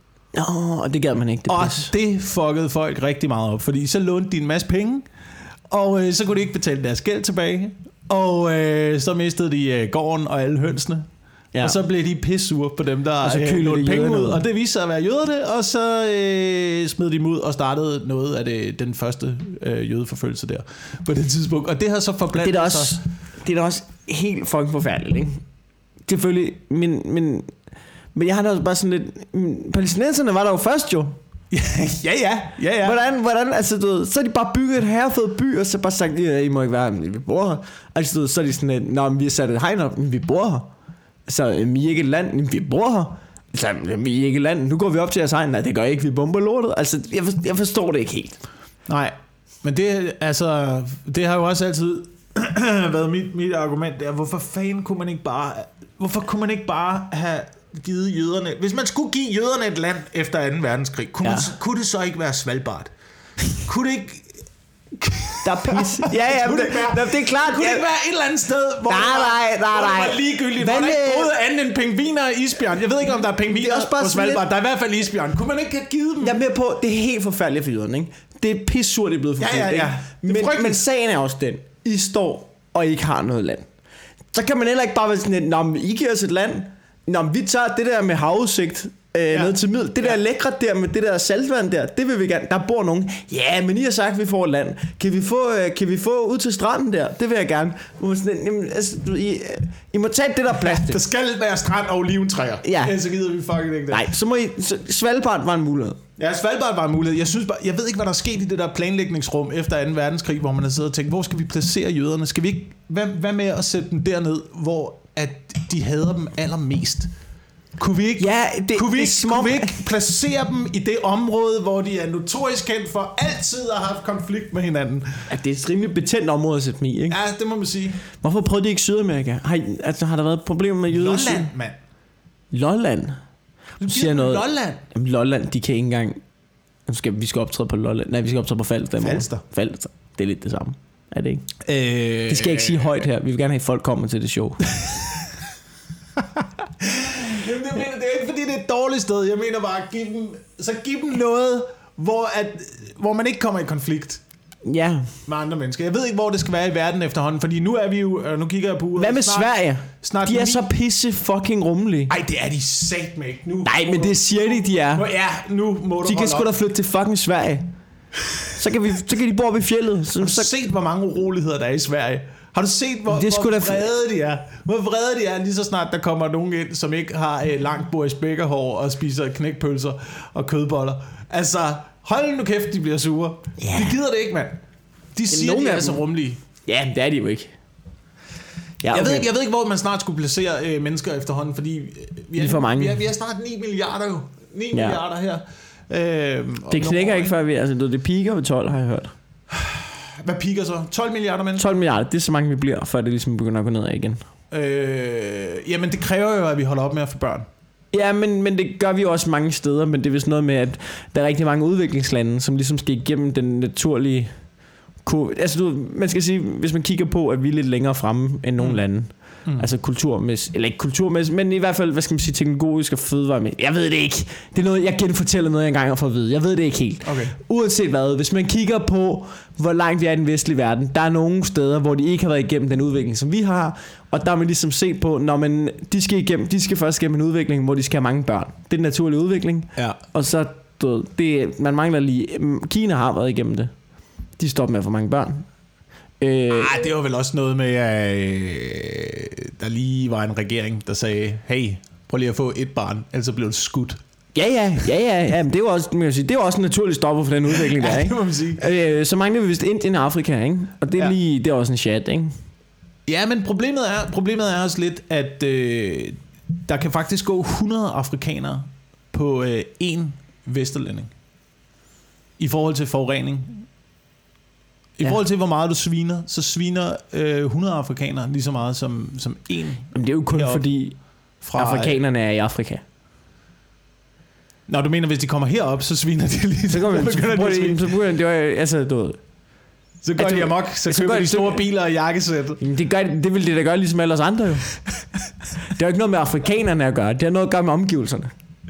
Åh, oh, det gad man ikke. Det og pis. det fuckede folk rigtig meget op, fordi så lånte de en masse penge, og øh, så kunne de ikke betale deres gæld tilbage, og øh, så mistede de øh, gården og alle hønsene. Ja. Og så blev de pissure på dem, der øh, lånte penge ud. Og det viste sig at være jøderne, og så øh, smed de dem ud og startede noget af det, den første øh, jødeforfølgelse der på det tidspunkt. Og det har så forblandet det er også, sig. Det er da også helt fucking forfærdeligt, ikke? Selvfølgelig, men, men, men jeg har da også bare sådan lidt... Palæstinenserne var der jo først jo. ja, ja, ja, ja. Hvordan, hvordan, altså du ved, så har de bare bygget et herrefed by, og så bare sagt, ja, I må ikke være, vi bor her. Altså du ved, så er de sådan lidt, nå, vi har sat et hegn op, vi bor her. Så vi er ikke et land, vi bor her. Så vi er ikke et land, nu går vi op til jeres hegn. Nej, det gør ikke, vi bomber lortet. Altså, jeg forstår, jeg forstår det ikke helt. Nej, men det, altså, det har jo også altid været mit, mit argument der. Hvorfor fanden kunne man ikke bare, hvorfor kunne man ikke bare have givet jøderne, hvis man skulle give jøderne et land efter anden verdenskrig, kunne, ja. man, kunne det så ikke være Svalbard? Kunne det ikke... Der er pis. Ja, ja, men det, det, det er klart. Kunne ja. det ikke være et eller andet sted, hvor nej, nej, nej, nej. det var ligegyldigt, hvor der ikke boede andet end pingviner og isbjørn? Jeg ved ikke, om der er pingviner er på Svalbard. Lidt... Der er i hvert fald isbjørn. Kunne man ikke have givet dem? Jeg er med på, det er helt forfærdeligt for jyderne, ikke? Det er pissurt, det er blevet forfærdeligt. Ja, ja, ja. Men, men sagen er også den. I står og ikke har noget land. Så kan man heller ikke bare være sådan, nå, men I giver os et land. Nå, men vi tager det der med havudsigt øh, ja. ned til middel. Det der ja. lækre der med det der saltvand der, det vil vi gerne. Der bor nogen. Ja, men I har sagt, at vi får et land. Kan vi få, øh, kan vi få ud til stranden der? Det vil jeg gerne. Sådan, altså, I, I må tage det der plads. Ja, der skal være strand og oliventræer. Ja. Ellers så gider vi fucking ikke det. Nej, så må I... Så Svalbard var en mulighed. Ja, Svalbard var en mulighed. Jeg synes bare, jeg ved ikke, hvad der er sket i det der planlægningsrum efter anden verdenskrig, hvor man har siddet og tænkt, hvor skal vi placere jøderne? Skal vi ikke... Hvad, hvad med at sætte dem derned, hvor at de hader dem allermest? Kunne vi ikke, ja, det, kunne vi ikke, små... kunne vi ikke placere dem i det område, hvor de er notorisk kendt for altid at have haft konflikt med hinanden? Ja, det er et rimelig betændt område at sætte dem i, ikke? Ja, det må man sige. Hvorfor prøvede de ikke Sydamerika? Har, altså, har der været problemer med jøder? Lolland, mand. Lolland? Du siger noget. Lolland? Jamen, Lolland, de kan ikke engang... Skal, vi skal optræde på Lolland. Nej, vi skal optræde på Falster. Falster. Falster. Det er lidt det samme. Er det ikke? Øh, det skal jeg ikke sige højt her. Vi vil gerne have, at folk kommer til det show. Jamen, det, mener, det er ikke fordi det er et dårligt sted. Jeg mener bare give dem, så giv dem noget, hvor, at, hvor man ikke kommer i konflikt. Ja. Med andre mennesker. Jeg ved ikke, hvor det skal være i verden efterhånden, fordi nu er vi jo, nu kigger jeg på uret. Hvad med snart, Sverige? Snart de er ni... så pisse fucking rummelige. Ej, det er de satme ikke nu. Nej, men det siger de, de er. Nu, ja, nu må du de kan sgu da flytte til fucking Sverige. Så kan, vi, så kan de bo oppe i fjellet. Så, har du så... set, hvor mange uroligheder der er i Sverige? Har du set, hvor, hvor da... vrede de er? Hvor vrede de er, lige så snart der kommer nogen ind, som ikke har eh, langt Boris Becker-hår og spiser knækpølser og kødboller. Altså, hold nu kæft, de bliver sure. Yeah. De gider det ikke, mand. De siger, de er så rummelige. Ja, det er de jo ikke. Ja, okay. jeg, ved ikke jeg ved ikke, hvor man snart skulle placere øh, mennesker efterhånden, fordi vi er, for mange. Vi er, vi er snart ni milliarder jo. ni ja. milliarder her. Øh, det knækker ikke, før vi... Altså, det piker ved tolv, har jeg hørt. Hvad piker så? tolv milliarder mennesker? tolv milliarder, det er så mange, vi bliver, før det ligesom begynder at gå nedad igen. Øh, jamen, det kræver jo, at vi holder op med at få børn. Ja, men, men det gør vi jo også mange steder, men det er vist noget med, at der er rigtig mange udviklingslande, som ligesom skal igennem den naturlige... Altså, du, man skal sige, hvis man kigger på, at vi er lidt længere fremme end nogle mm. lande, Mm. Altså kulturmæssigt, eller ikke kulturmæssigt, men i hvert fald, hvad skal man sige, teknologisk og fødevaremæssigt. Jeg ved det ikke. Det er noget, jeg genfortæller noget, jeg engang har fået at vide. Jeg ved det ikke helt. Okay. Uanset hvad, hvis man kigger på, hvor langt vi er i den vestlige verden, der er nogle steder, hvor de ikke har været igennem den udvikling, som vi har, og der har man ligesom set på, når man, de skal igennem, de skal først igennem en udvikling, hvor de skal have mange børn. Det er den naturlige udvikling. Ja. Og så, du ved, det, man mangler lige, Kina har været igennem det. De stopper med at få mange børn. Øh, ah, det var vel også noget med, at øh, der lige var en regering, der sagde, hey, prøv lige at få et barn, ellers blev det skudt. Ja, ja, ja, ja, ja, men det var også, man kan sige, det var også en naturlig stopper for den udvikling der, ikke? Ja, det må man sige. Øh, så mangler vi vist Indien og Afrika, ikke? Og det er ja. lige, det er også en chat, ikke? Ja, men problemet er, problemet er også lidt, at øh, der kan faktisk gå hundrede afrikanere på øh, én vesterlænding i forhold til forurening. I ja. forhold til, hvor meget du sviner, så sviner øh, hundrede afrikanere lige så meget som, som én. Jamen, det er jo kun heroppe fordi fra afrikanerne er i Afrika. Nå, du mener, hvis de kommer herop, så sviner de lige. Så kommer så begynder de, så begynder de, altså, du ved. Så går de amok, så, så køber de store det, biler og jakkesæt. Jamen, det, gør, det vil de da gøre ligesom alle os andre jo. Det har jo ikke noget med afrikanerne at gøre, det har noget at gøre med omgivelserne.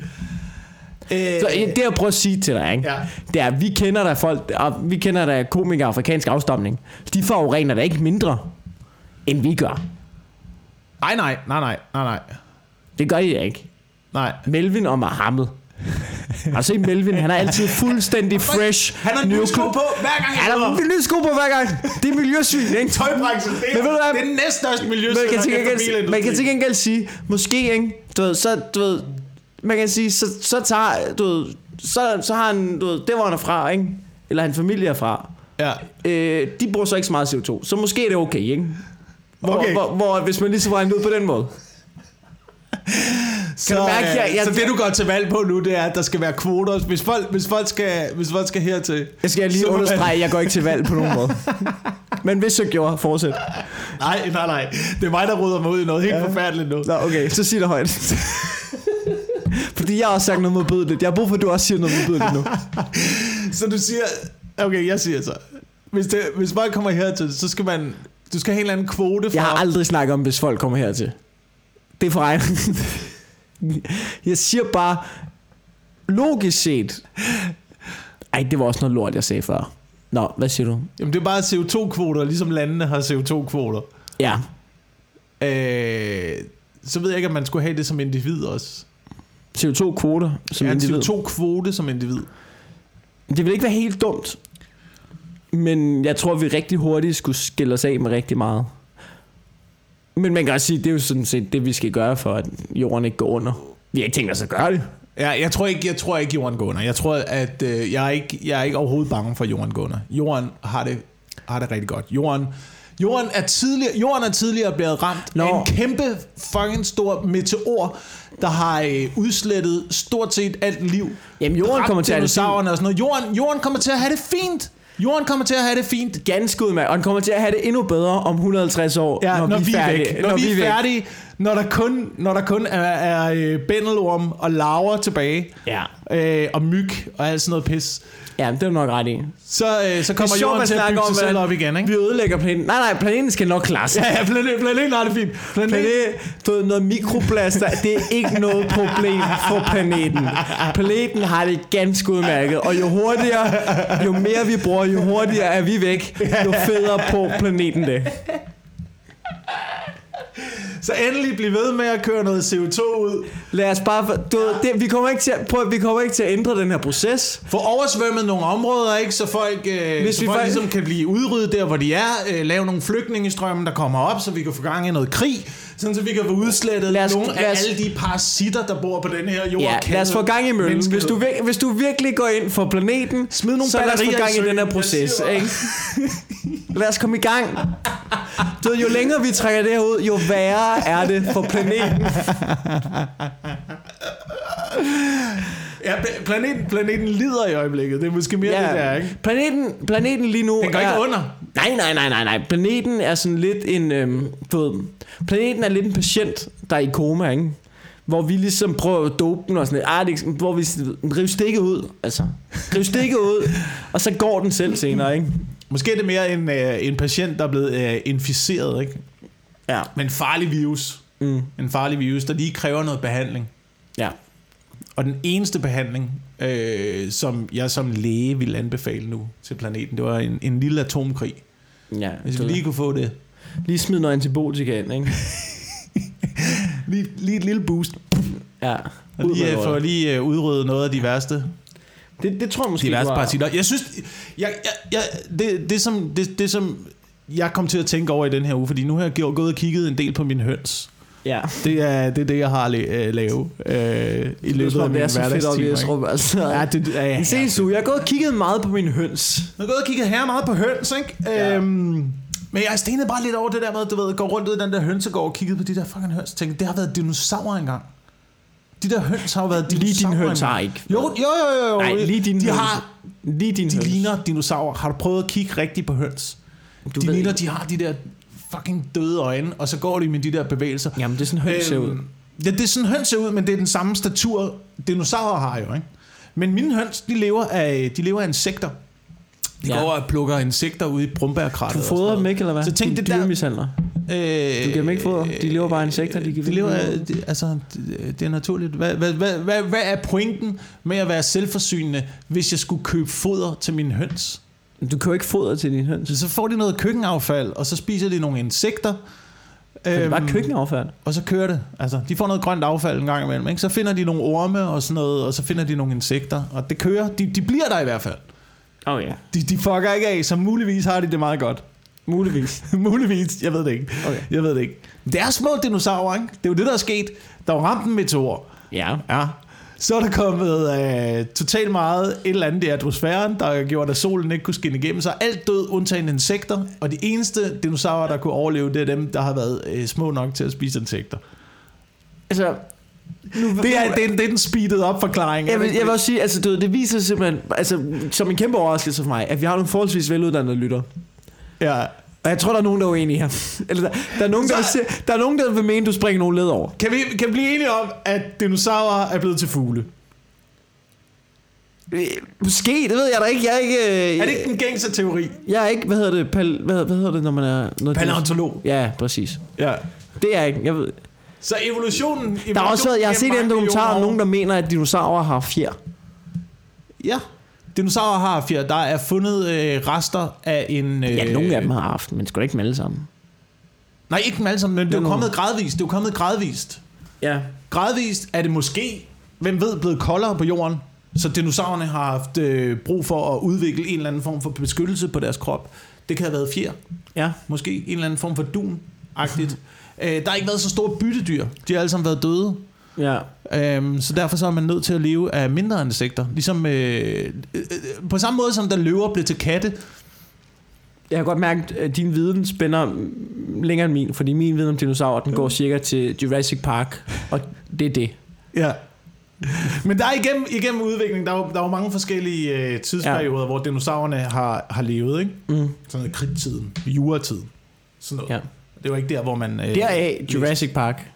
Øh, så det jeg prøver at sige til dig, ikke? Ja. Det er, vi kender der folk, vi kender der komikere af afrikansk afstamning. De forurener der ikke mindre, end vi gør. Nej, nej, nej, nej, nej, nej. Det gør I ikke. Nej. Melvin og Mohammed. Altså i Melvin, han er altid fuldstændig fresh. Han har nye sko på hver gang. Han har nye sko på hver gang. Det er miljøsvin, ikke? Tøjbranchen, det er, det er den næststørste miljøsvin. Man kan til gengæld, man kan til gengæld sige, måske, ikke? Du ved, så, du ved, man kan sige, så, så tager, du ved, så, så har han, du ved, det var han er fra, ikke? Eller han familie er fra. Ja. Øh, de bruger så ikke så meget C O to, så måske er det okay, ikke? Hvor, okay. hvor, hvor hvis man lige så regner ud på den måde. Så, mærke, jeg, jeg, så det du går til valg på nu, det er, at der skal være kvoter. Hvis folk, hvis folk, skal, hvis folk skal hertil. Jeg skal lige understrege, at jeg går ikke til valg på nogen måde. Men hvis jeg gjorde, fortsæt. Nej, nej, nej. Det er mig, der rydder mig ud i noget helt ja. forfærdeligt nu. Nå, okay, så sig det højt. Fordi jeg har også sagt noget modbydeligt. Jeg har brug for, at du også siger noget modbydeligt nu. Så du siger... Okay, jeg siger så. Hvis, det, hvis folk kommer hertil, så skal man... Du skal have en eller anden kvote for... Jeg har aldrig snakket om, hvis folk kommer hertil. Det er for egen. Jeg siger bare, logisk set. Ej, det var også noget lort, jeg sagde før. Nå, hvad siger du? Jamen, det er bare C O to kvoter, ligesom landene har C O to kvoter. Ja. Øh, så ved jeg ikke, om man skulle have det som individ også. C O to kvoter som ja, individ? C O to kvote som individ. Det vil ikke være helt dumt. Men jeg tror, vi rigtig hurtigt skulle skille os af med rigtig meget. Men man kan også sige, det er jo sådan set det, vi skal gøre, for at jorden ikke går under. Vi har ikke tænkt os at gøre det. Ja, jeg tror ikke, jeg tror ikke jorden går under. Jeg tror, at øh, jeg, er ikke, jeg er ikke overhovedet bange for, at jorden går under. Jorden har det, har det rigtig godt. Jorden, jorden, er tidligere, jorden er tidligere blevet ramt Nå. af en kæmpe fucking stor meteor, der har øh, udslettet stort set alt liv. Jamen, jorden kommer til at have det fint. Og sådan noget. Jorden, jorden kommer til at have det fint. Jorden kommer til at have det fint. Ganske udmærket. Og den kommer til at have det endnu bedre om et hundrede og halvtreds år, ja, når, når vi er færdige. Når, når vi er færdige, når der kun, når der kun er, er øh, bændelorm og larver tilbage, ja. øh, og myg og alt sådan noget pis. Ja, det er nok ret i. Så, øh, så kommer jorden til at bygge sig selv op igen, ikke? Vi ødelægger planeten. Nej, nej, planeten skal nok klare sig. Ja, ja, planeten, planeten har det fint. Planeten, Planet, noget mikroplaster, det er ikke noget problem for planeten. Planeten har det ganske udmærket, og jo hurtigere, jo mere vi bruger, jo hurtigere er vi væk, jo federe på planeten det. Så endelig bliv ved med at køre noget C O to ud. Lad os bare... Du, det, vi, kommer ikke til at, prøv, vi kommer ikke til at ændre den her proces. Få oversvømmet nogle områder, ikke, så folk, øh, Hvis så vi folk faktisk... ligesom kan blive udryddet der, hvor de er. Øh, lave nogle flygtningestrømme, der kommer op, så vi kan få gang i noget krig. Sådan så vi kan få udslettet os, nogle af os, alle de parasitter, der bor på den her jord. Ja, lad os få gang i møllen. Hvis du, hvis du virkelig går ind for planeten, smid nogle så lad os få gang i den her proces. Ikke? Lad os komme i gang. Du ved, jo længere vi trækker det her ud, jo værre er det for planeten. Ja, planeten, planeten lider i øjeblikket. Det er måske mere ja, det der, ikke? Planeten, planeten lige nu den går er, ikke under. Nej, nej, nej, nej, nej. Planeten er sådan lidt en... Øhm, du ved, planeten er lidt en patient, der er i koma, ikke? Hvor vi ligesom prøver at dope den og sådan lidt. Ah, det, hvor vi river stikket ud. Altså, river stikket ud, og så går den selv senere, ikke? Måske er det mere en, øh, en patient, der er blevet øh, inficeret, ikke? Ja. Men en farlig virus. Mm. En farlig virus, der lige kræver noget behandling. Ja. Og den eneste behandling, øh, som jeg som læge vil anbefale nu til planeten, det var en, en lille atomkrig. Ja, Hvis vi lige kunne få det. Lige smid noget antibiotika ind, ikke? lige, lige et lille boost. Ja. Og lige, for at lige uh, udrydde noget af de værste. Det, det tror jeg måske de værste var... partier. Jeg synes, jeg, jeg, jeg, det, det, som, det, det som jeg kom til at tænke over i den her uge, fordi nu har jeg gået og kigget en del på min høns. Ja. Det er det, er det jeg har at lave øh, i løbet af min hverdagstimer. Altså. Ja, det, ja, ja. Senest uge, jeg har gået og kigget meget på mine høns. Jeg har gået og kigget her meget på høns, ikke? Ja. Øhm, men jeg stenede bare lidt over det der med, du ved, gå rundt ud i den der hønsegård og kiggede på de der fucking høns. Tænkte, det har været dinosaurer engang. De der høns har jo været dinosaurer. Lige dine høns har ikke. Jo, jo, jo, jo. Nej, lige dine de høns. Har, lige dine de høns. ligner dinosaurer. Har du prøvet at kigge rigtigt på høns? Du de ved ligner, ikke. de har de der fucking døde øjne, og så går de med de der bevægelser. Jamen, det er sådan høns ser ud. Ja, det er sådan høns ser ud, men det er den samme statur, dinosaurer har jo, ikke? Men mine høns, de lever af, de lever af insekter. De ja. går og plukker insekter ude i brumbærkrattet. Du fodrer dem ikke, eller hvad? Så tænk det der... Dyremishandler. Øh, du giver dem ikke foder. De lever bare af insekter. De, de lever af, de, altså, det, det er naturligt. Hvad, hvad, hvad, hvad, hvad er pointen med at være selvforsynende, hvis jeg skulle købe foder til mine høns? Du kan jo ikke foder til dine høns. Så får de noget køkkenaffald, og så spiser de nogle insekter. Det er bare køkkenaffald. Og så kører det. Altså, de får noget grønt affald en gang imellem. Ikke? Så finder de nogle orme og sådan noget, og så finder de nogle insekter. Og det kører. De, de bliver der i hvert fald. Oh ja. De, de fucker ikke af, så muligvis har de det meget godt. Muligvis. muligvis. Jeg ved det ikke. Okay. Jeg ved det ikke. Det er små dinosaurer, ikke? Det er jo det, der er sket. Der var ramt en meteor. Ja. Ja. Så er der kommet øh, totalt meget et eller andet i atmosfæren, der gjorde, at solen ikke kunne skinne igennem. Så alt død, undtagen insekter. Og de eneste dinosaurer, der kunne overleve, det er dem, der har været øh, små nok til at spise insekter. Altså... Nu, det, er, det, er, det er den speedet op forklaring. Jeg vil, jeg vil også sige, altså, det, det viser simpelthen, altså, som en kæmpe overraskelse for mig, at vi har nogle forholdsvis veluddannede lytter. Ja. Og jeg tror, der er nogen, der er uenige her. Eller der, der, er nogen, der, også, der er nogen, der vil mene, du springer nogle led over. Kan vi, kan vi blive enige om, at dinosaurer er blevet til fugle? Måske, det ved jeg da ikke. Jeg er ikke... Øh, er det ikke den gængse teori? Jeg er ikke, hvad hedder det, pal, hvad, hvad hedder det, når man er... Noget paleontolog. Ja, præcis. Ja. Det er jeg ikke, jeg ved... Så evolutionen... evolutionen der har også været, jeg har set en dokumentar om nogen, der mener, at dinosaurer har fjer. Ja. Dinosaurer har fjer. Der er fundet øh, rester af en... Øh, ja, nogle af dem har haft, men sgu da ikke dem alle sammen. Nej, ikke dem alle sammen, men det er jo kommet gradvist. Det er jo kommet gradvist. Ja. Gradvist er det måske, hvem ved, blevet koldere på jorden. Så dinosaurerne har haft øh, brug for at udvikle en eller anden form for beskyttelse på deres krop. Det kan have været fjer. Ja. Måske en eller anden form for dun-agtigt. øh, der har ikke været så store byttedyr. De har alle sammen været døde. Ja. Øhm, så derfor så er man nødt til at leve af mindre insekter. Ligesom øh, øh, på samme måde som da løver blev til katte. Jeg kan godt mærke, at din viden spænder længere end min, fordi min viden om dinosaurer, den går cirka til Jurassic Park, og det er det. Ja. Men der er igennem, igennem udviklingen, der er jo, der er jo mange forskellige øh, tidsperioder, ja. Hvor dinosaurerne har, har levet, ikke? Mm. Sådan noget kridttiden, juratiden, sådan noget. Ja. Det var ikke der, hvor man... Øh, Deraf Jurassic Park.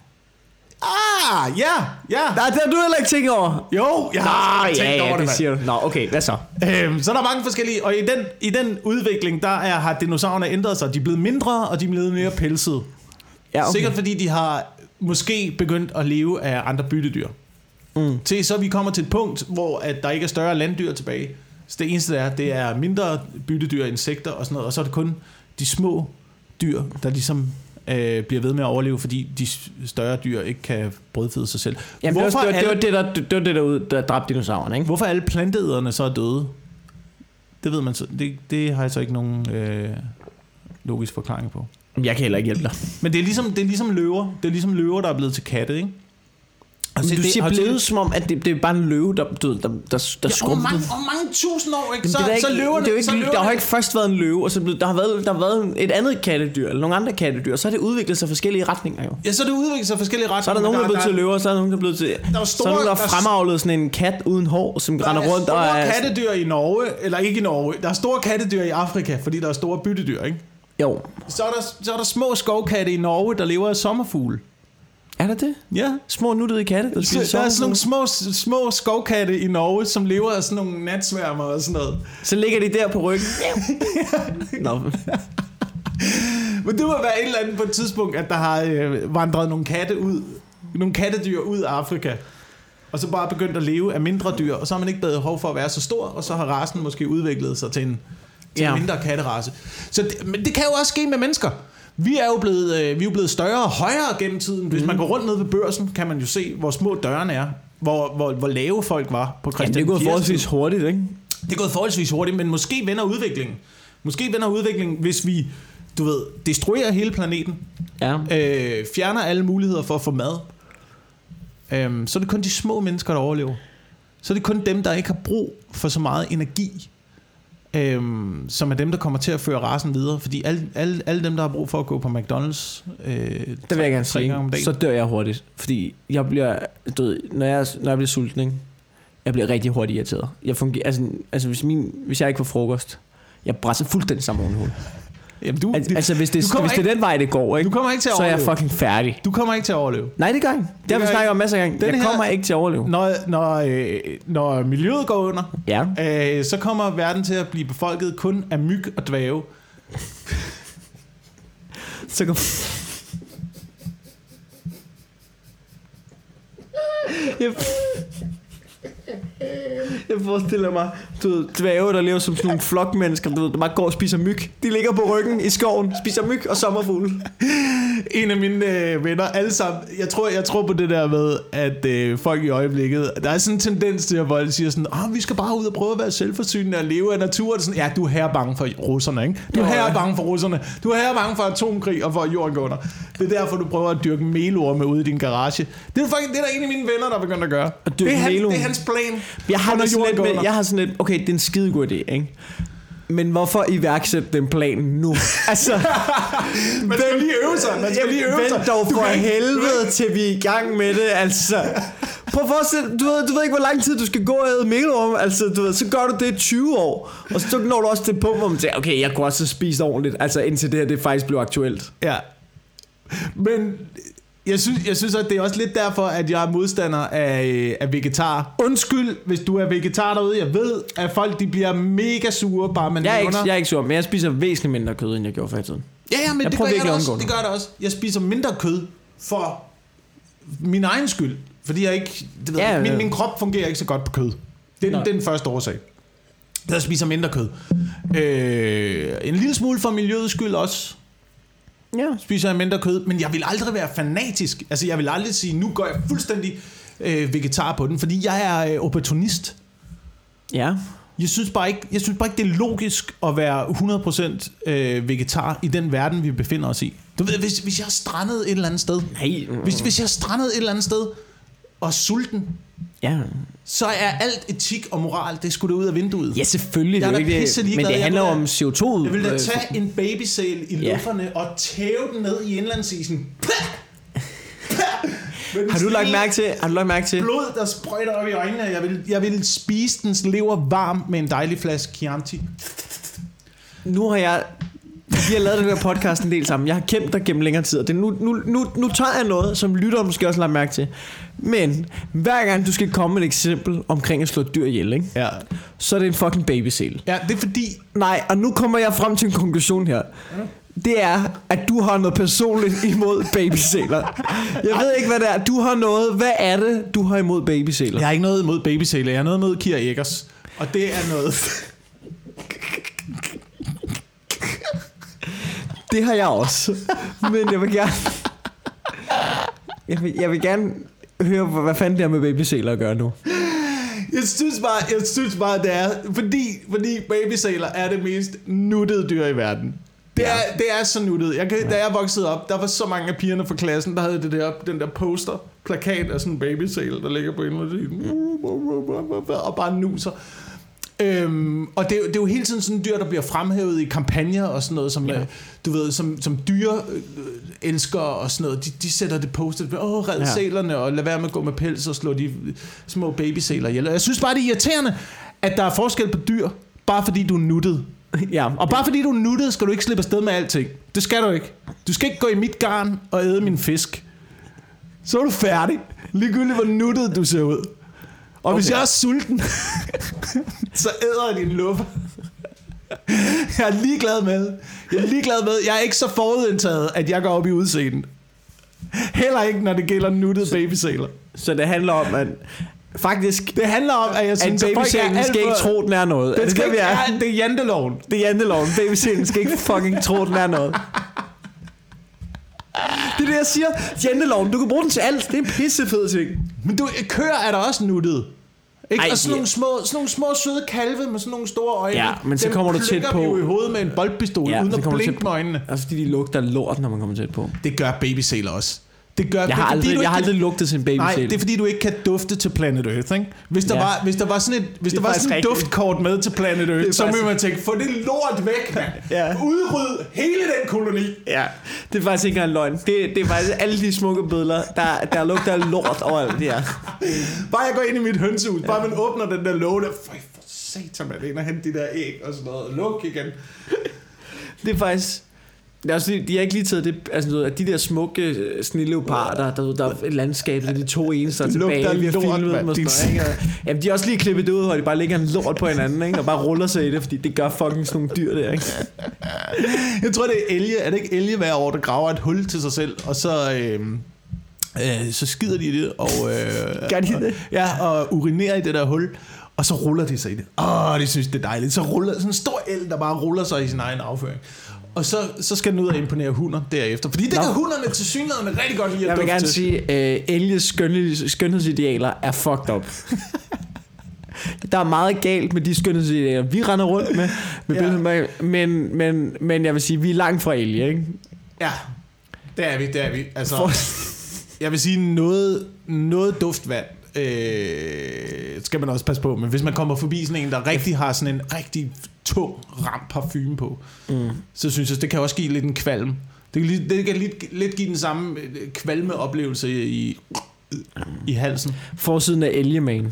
Ah, ja, ja. Nej, det har du heller ikke tænkt over. Jo, jeg har Nå, tænkt ja, over ja, det, det siger du. Nå, okay, hvad så? Øhm, så der er mange forskellige, og i den, i den udvikling, der er, har dinosaurerne ændret sig. De er blevet mindre, og de er blevet mere pelsede. Ja, okay. Sikkert fordi de har måske begyndt at leve af andre byttedyr. Mm. Til så vi kommer til et punkt, hvor at der ikke er større landdyr tilbage. Så det eneste der er, det er mindre byttedyr, insekter og sådan noget, og så er det kun de små dyr, der ligesom øh, bliver ved med at overleve, fordi de større dyr ikke kan brødføde sig selv. Jamen, det, var, det, var, det, var det, der, det var det der, der dræbte dinosaurerne, ikke? Hvorfor er alle planteæderne så er døde? Det ved man så. Det, det har jeg så ikke nogen øh, logisk forklaring på. Jeg kan heller ikke hjælpe dig. Men det er ligesom, det er ligesom løver. Det er ligesom løver, der er blevet til katte, ikke? Altså, du det, siger blevet som om, at det, det er bare en løve, der, der, der, der, der ja, skrumper. Om mange, om mange tusind år, ikke? Så, det er ikke, så løverne, det er jo ikke, så løverne. Der har ikke først været en løve, og så blevet, der, har været, der har været et andet kattedyr, eller nogle andre kattedyr, og så har det udviklet sig forskellige retninger jo. Ja, så er det udviklet sig forskellige retninger. Så er der nogen, der er blevet til løver, og så er der nogen, der er blevet til... Der er store, så er der nogen, der har fremavlet sådan en kat uden hår, som render rundt og er... Der er store kattedyr i Norge, eller ikke i Norge. Der er store kattedyr i Afrika, fordi der er store byttedyr, ikke? Jo. Så er der, så er der små skovkatte i Norge, der lever af sommerfugle. Er der det? Ja. Små nuttede katte, der spiser. Der er sådan nogle små, små skovkatte i Norge, som lever af sådan nogle natsværmer og sådan noget. Så ligger de der på ryggen. Nå. Men det må være et eller andet på et tidspunkt, at der har øh, vandret nogle katte ud, nogle kattedyr ud af Afrika, og så bare begyndt at leve af mindre dyr, og så har man ikke behov for at være så stor, og så har rasen måske udviklet sig til en, til ja. en mindre katterace. Så det, men det kan jo også ske med mennesker. Vi er jo blevet, øh, vi er jo blevet større og højere gennem tiden. Hvis mm. man går rundt ned ved Børsen, kan man jo se, hvor små dørene er, hvor, hvor, hvor lave folk var på Christian ja, det er gået forholdsvis hurtigt, ikke? Det er gået forholdsvis hurtigt, men måske vender udviklingen. Måske vender udviklingen, hvis vi, du ved, destruerer hele planeten, ja. øh, fjerner alle muligheder for at få mad. Øhm, så er det kun de små mennesker, der overlever. Så er det kun dem, der ikke har brug for så meget energi, øhm, som er dem, der kommer til at føre rasen videre. Fordi alle, alle, alle dem, der har brug for at gå på McDonald's, øh, det vil jeg gerne sige, så dør jeg hurtigt. Fordi jeg bliver, du ved, når jeg, når jeg bliver sulten, ikke? Jeg bliver rigtig hurtigt irriteret. Jeg fungerer, altså, altså hvis, min, hvis jeg ikke får frokost, jeg brænder fuldstændig sammen oven i hovedet. Jamen du, altså, altså hvis, det, hvis ikke, det er den vej det går, ikke? Du kommer ikke til at så overleve. er jeg fucking færdig. Du kommer ikke til at overleve. Nej, det gør jeg. Det har vi snakket om masser af gange. Jeg kommer her, ikke til at overleve. Når, når, øh, når miljøet går under, ja. øh, så kommer verden til at blive befolket kun af myg og dvæve. Så kommer... jeg... Jeg forestiller mig, du ved, dvæve, der lever som sådan nogle flokmennesker, du ved, der bare går og spiser myg. De ligger på ryggen i skoven, spiser myg og sommerfugle. En af mine øh, venner, alle sammen, jeg tror, jeg tror på det der med, at øh, folk i øjeblikket, der er sådan en tendens til, at folk siger sådan, ah, vi skal bare ud og prøve at være selvforsynende og leve af naturen. Sådan, ja, du er her bange for russerne, ikke? Du er her bange for russerne. Du er her bange for atomkrig og for jorden går under. Det er derfor, du prøver at dyrke melorme ude i din garage. Det er faktisk det, er der en af mine venner, der er begyndt at gøre. At det, er han, det er hans plan. Jeg har, sådan lidt med, jeg har sådan lidt, okay, det er en skidegod idé, ikke? Men hvorfor iværksætte den plan nu? Altså, man skal lige øve sig. Man skal lige øve sig. Vent dog for helvede, til vi er i gang med det, altså. Prøv at forestille, du ved, du ved ikke, hvor lang tid du skal gå og æde melorm. Altså, du ved, så gør du det i tyve år. Og så når du også til punkt, hvor man siger, okay, jeg kunne også spise ordentligt. Altså, indtil det her, det faktisk blev aktuelt. Ja. Men... Jeg synes, jeg synes, at det er også lidt derfor, at jeg er modstander af, af vegetar. Undskyld, hvis du er vegetar derude. Jeg ved, at folk de bliver mega sure, bare man jeg er, ikke, jeg er ikke sur, men jeg spiser væsentligt mindre kød, end jeg gjorde før i tiden. Ja, ja, men jeg det gør jeg også. Det gør det også. Jeg spiser mindre kød for min egen skyld. Fordi jeg ikke... Det ved, ja, ja. Min, min krop fungerer ikke så godt på kød. Det er den, den første årsag. Jeg spiser mindre kød. Øh, en lille smule for miljøets skyld også. Ja. Spiser jeg mindre kød, men jeg vil aldrig være fanatisk. Altså jeg vil aldrig sige, nu går jeg fuldstændig øh, vegetar på den, fordi jeg er øh, opportunist. Ja. Jeg synes bare ikke, jeg synes bare ikke det er logisk at være hundrede procent øh, vegetar i den verden vi befinder os i. Du ved, hvis hvis jeg er strandet et eller andet sted. Nej. Hvis hvis jeg er strandet et eller andet sted og er sulten. Ja. Så er alt etik og moral, det skulle ud af vinduet. Ja, selvfølgelig. Det er ikke det, men det handler om C O to. Jeg vil da tage en babysæl i ja. lufferne og tæve den ned i indlandsisen. Har du lagt mærke til? Har du lagt mærke til? Blod, der sprøjter op i øjnene. Jeg vil, jeg vil spise dens lever varm med en dejlig flaske Chianti. Nu har jeg... Vi har lavet den her podcast en del sammen. Jeg har kæmpet dig gennem længere tid. Det nu, nu, nu, nu tager jeg noget, som lytteren måske også har lagt mærke til. Men hver gang du skal komme med et eksempel omkring at slå et dyr ihjel, ikke? Ja. Så er det en fucking babysæl. Ja, det er fordi... Nej, og nu kommer jeg frem til en konklusion her. Det er, at du har noget personligt imod babysæler. Jeg ved ikke, hvad det er. Du har noget... Hvad er det, du har imod babysæler? Jeg har ikke noget imod babysæler. Jeg har noget imod Kira Eggers. Og det er noget... Det har jeg også. Men jeg vil gerne... Jeg vil, jeg vil gerne høre, hvad fanden det er med babysæler at gøre nu. Jeg synes bare, jeg synes bare det er... Fordi, fordi babysæler er det mest nuttede dyr i verden. Det er, det er så nuttet. Jeg kan, da jeg voksede op, der var så mange af pigerne fra klassen, der havde det der, den der poster, plakat af sådan en babysæl, der ligger på indersiden. Og bare nuser. Øhm, og det er, det er jo hele tiden sådan dyr, der bliver fremhævet i kampagner og sådan noget, som, ja. du ved, som, som dyre øh, elsker og sådan noget. De, de sætter det postet, åh, red ja. sælerne, og lad være med at gå med pels og slå de små babysæler ihjel. Jeg synes bare, det er irriterende, at der er forskel på dyr, bare fordi du er nuttet. Ja. Og bare fordi du er nuttet, skal du ikke slippe afsted med alting. Det skal du ikke. Du skal ikke gå i mit garn og æde min fisk. Så er du færdig. Ligegyldigt hvor nuttet du ser ud. Og okay. Hvis jeg er sulten, så æder jeg din luffer. Jeg er ligeglad med. Jeg er ligeglad med. Jeg er ikke så forudindtaget, at jeg går op i udseendet. Heller ikke, når det gælder nuttede babysæler. Så det handler om, at faktisk... Det handler om, at jeg synes, at babysælen skal ikke tro, den er noget. Det, det, skal det, ikke, er, ja, det er janteloven. Det er janteloven. Babysælen skal ikke fucking tro, den er noget. Det er det, jeg siger. Janteloven, du kan bruge den til alt. Det er en pissefed ting. Men du, køer er der også nuttet. Ikke? Ej, og sådan, ja. nogle små, sådan nogle små søde kalve med sådan nogle store øjne. Ja, men så kommer du tæt på. Dem i hovedet med en boldpistol, ja, uden at blinke på, med øjnene. Altså fordi de lugter lort, når man kommer tæt på. Det gør babysæler også. Det gør, jeg det, har aldrig, fordi, jeg har aldrig kan, lugtet til en babysæl. Nej, det er fordi du ikke kan dufte til Planet Earth, ikke? Hvis der ja. var hvis der var sådan et hvis der var sådan et duftkort med til Planet Earth, så ville man tænke, få det lort væk, mand. Ja. Udryd hele den koloni. Ja. Det er faktisk ikke engang løgn. Det, det er faktisk alle de smukke billeder, der der lugter lort overalt det her. Bare jeg går ind i mit hønsehus, bare man åbner den der låge der, for satan, man ind og hente de der æg og sådan noget. Luk igen. Det er faktisk... Det er også, de har ikke lige taget det, altså at de der smukke sneleoparder, der, der er et landskab, der er de to eneste der tilbage, vi har filmet dem og sådan noget, ikke? Jamen, de har også lige klippet det ud, hvor de bare lægger en lort på hinanden, ikke? Og bare ruller sig i det, fordi det gør fucking sådan nogle dyr der, ikke? Jeg tror, det er elge. Er det ikke elge hver år, der graver et hul til sig selv, og så... Øh, øh, så skider de i det, og... Øh, gør de det? Ja, og urinerer i det der hul, og så ruller de sig i det. Åh, de synes, det er dejligt. Så ruller sådan en stor el, der bare ruller sig i sin egen afføring. Og så, så skal den ud og imponere hunder derefter. Fordi det kan hunderne til synligheden rigtig godt lide at Jeg vil gerne til. sige, at uh, elges skønheds, skønhedsidealer er fucked up. Der er meget galt med de skønhedsidealer, vi render rundt med. med ja. billeder, men, men, men jeg vil sige, vi er langt fra elge, ikke? Ja, det er vi, det er vi. Altså, For... Jeg vil sige, noget, noget duftvand øh, skal man også passe på. Men hvis man kommer forbi sådan en, der rigtig har sådan en rigtig tung ram parfume på, mm. så synes jeg, det kan også give lidt en kvalm. Det kan, det kan lidt, lidt give den samme kvalme oplevelse i, i halsen. Forsiden af Elgeman.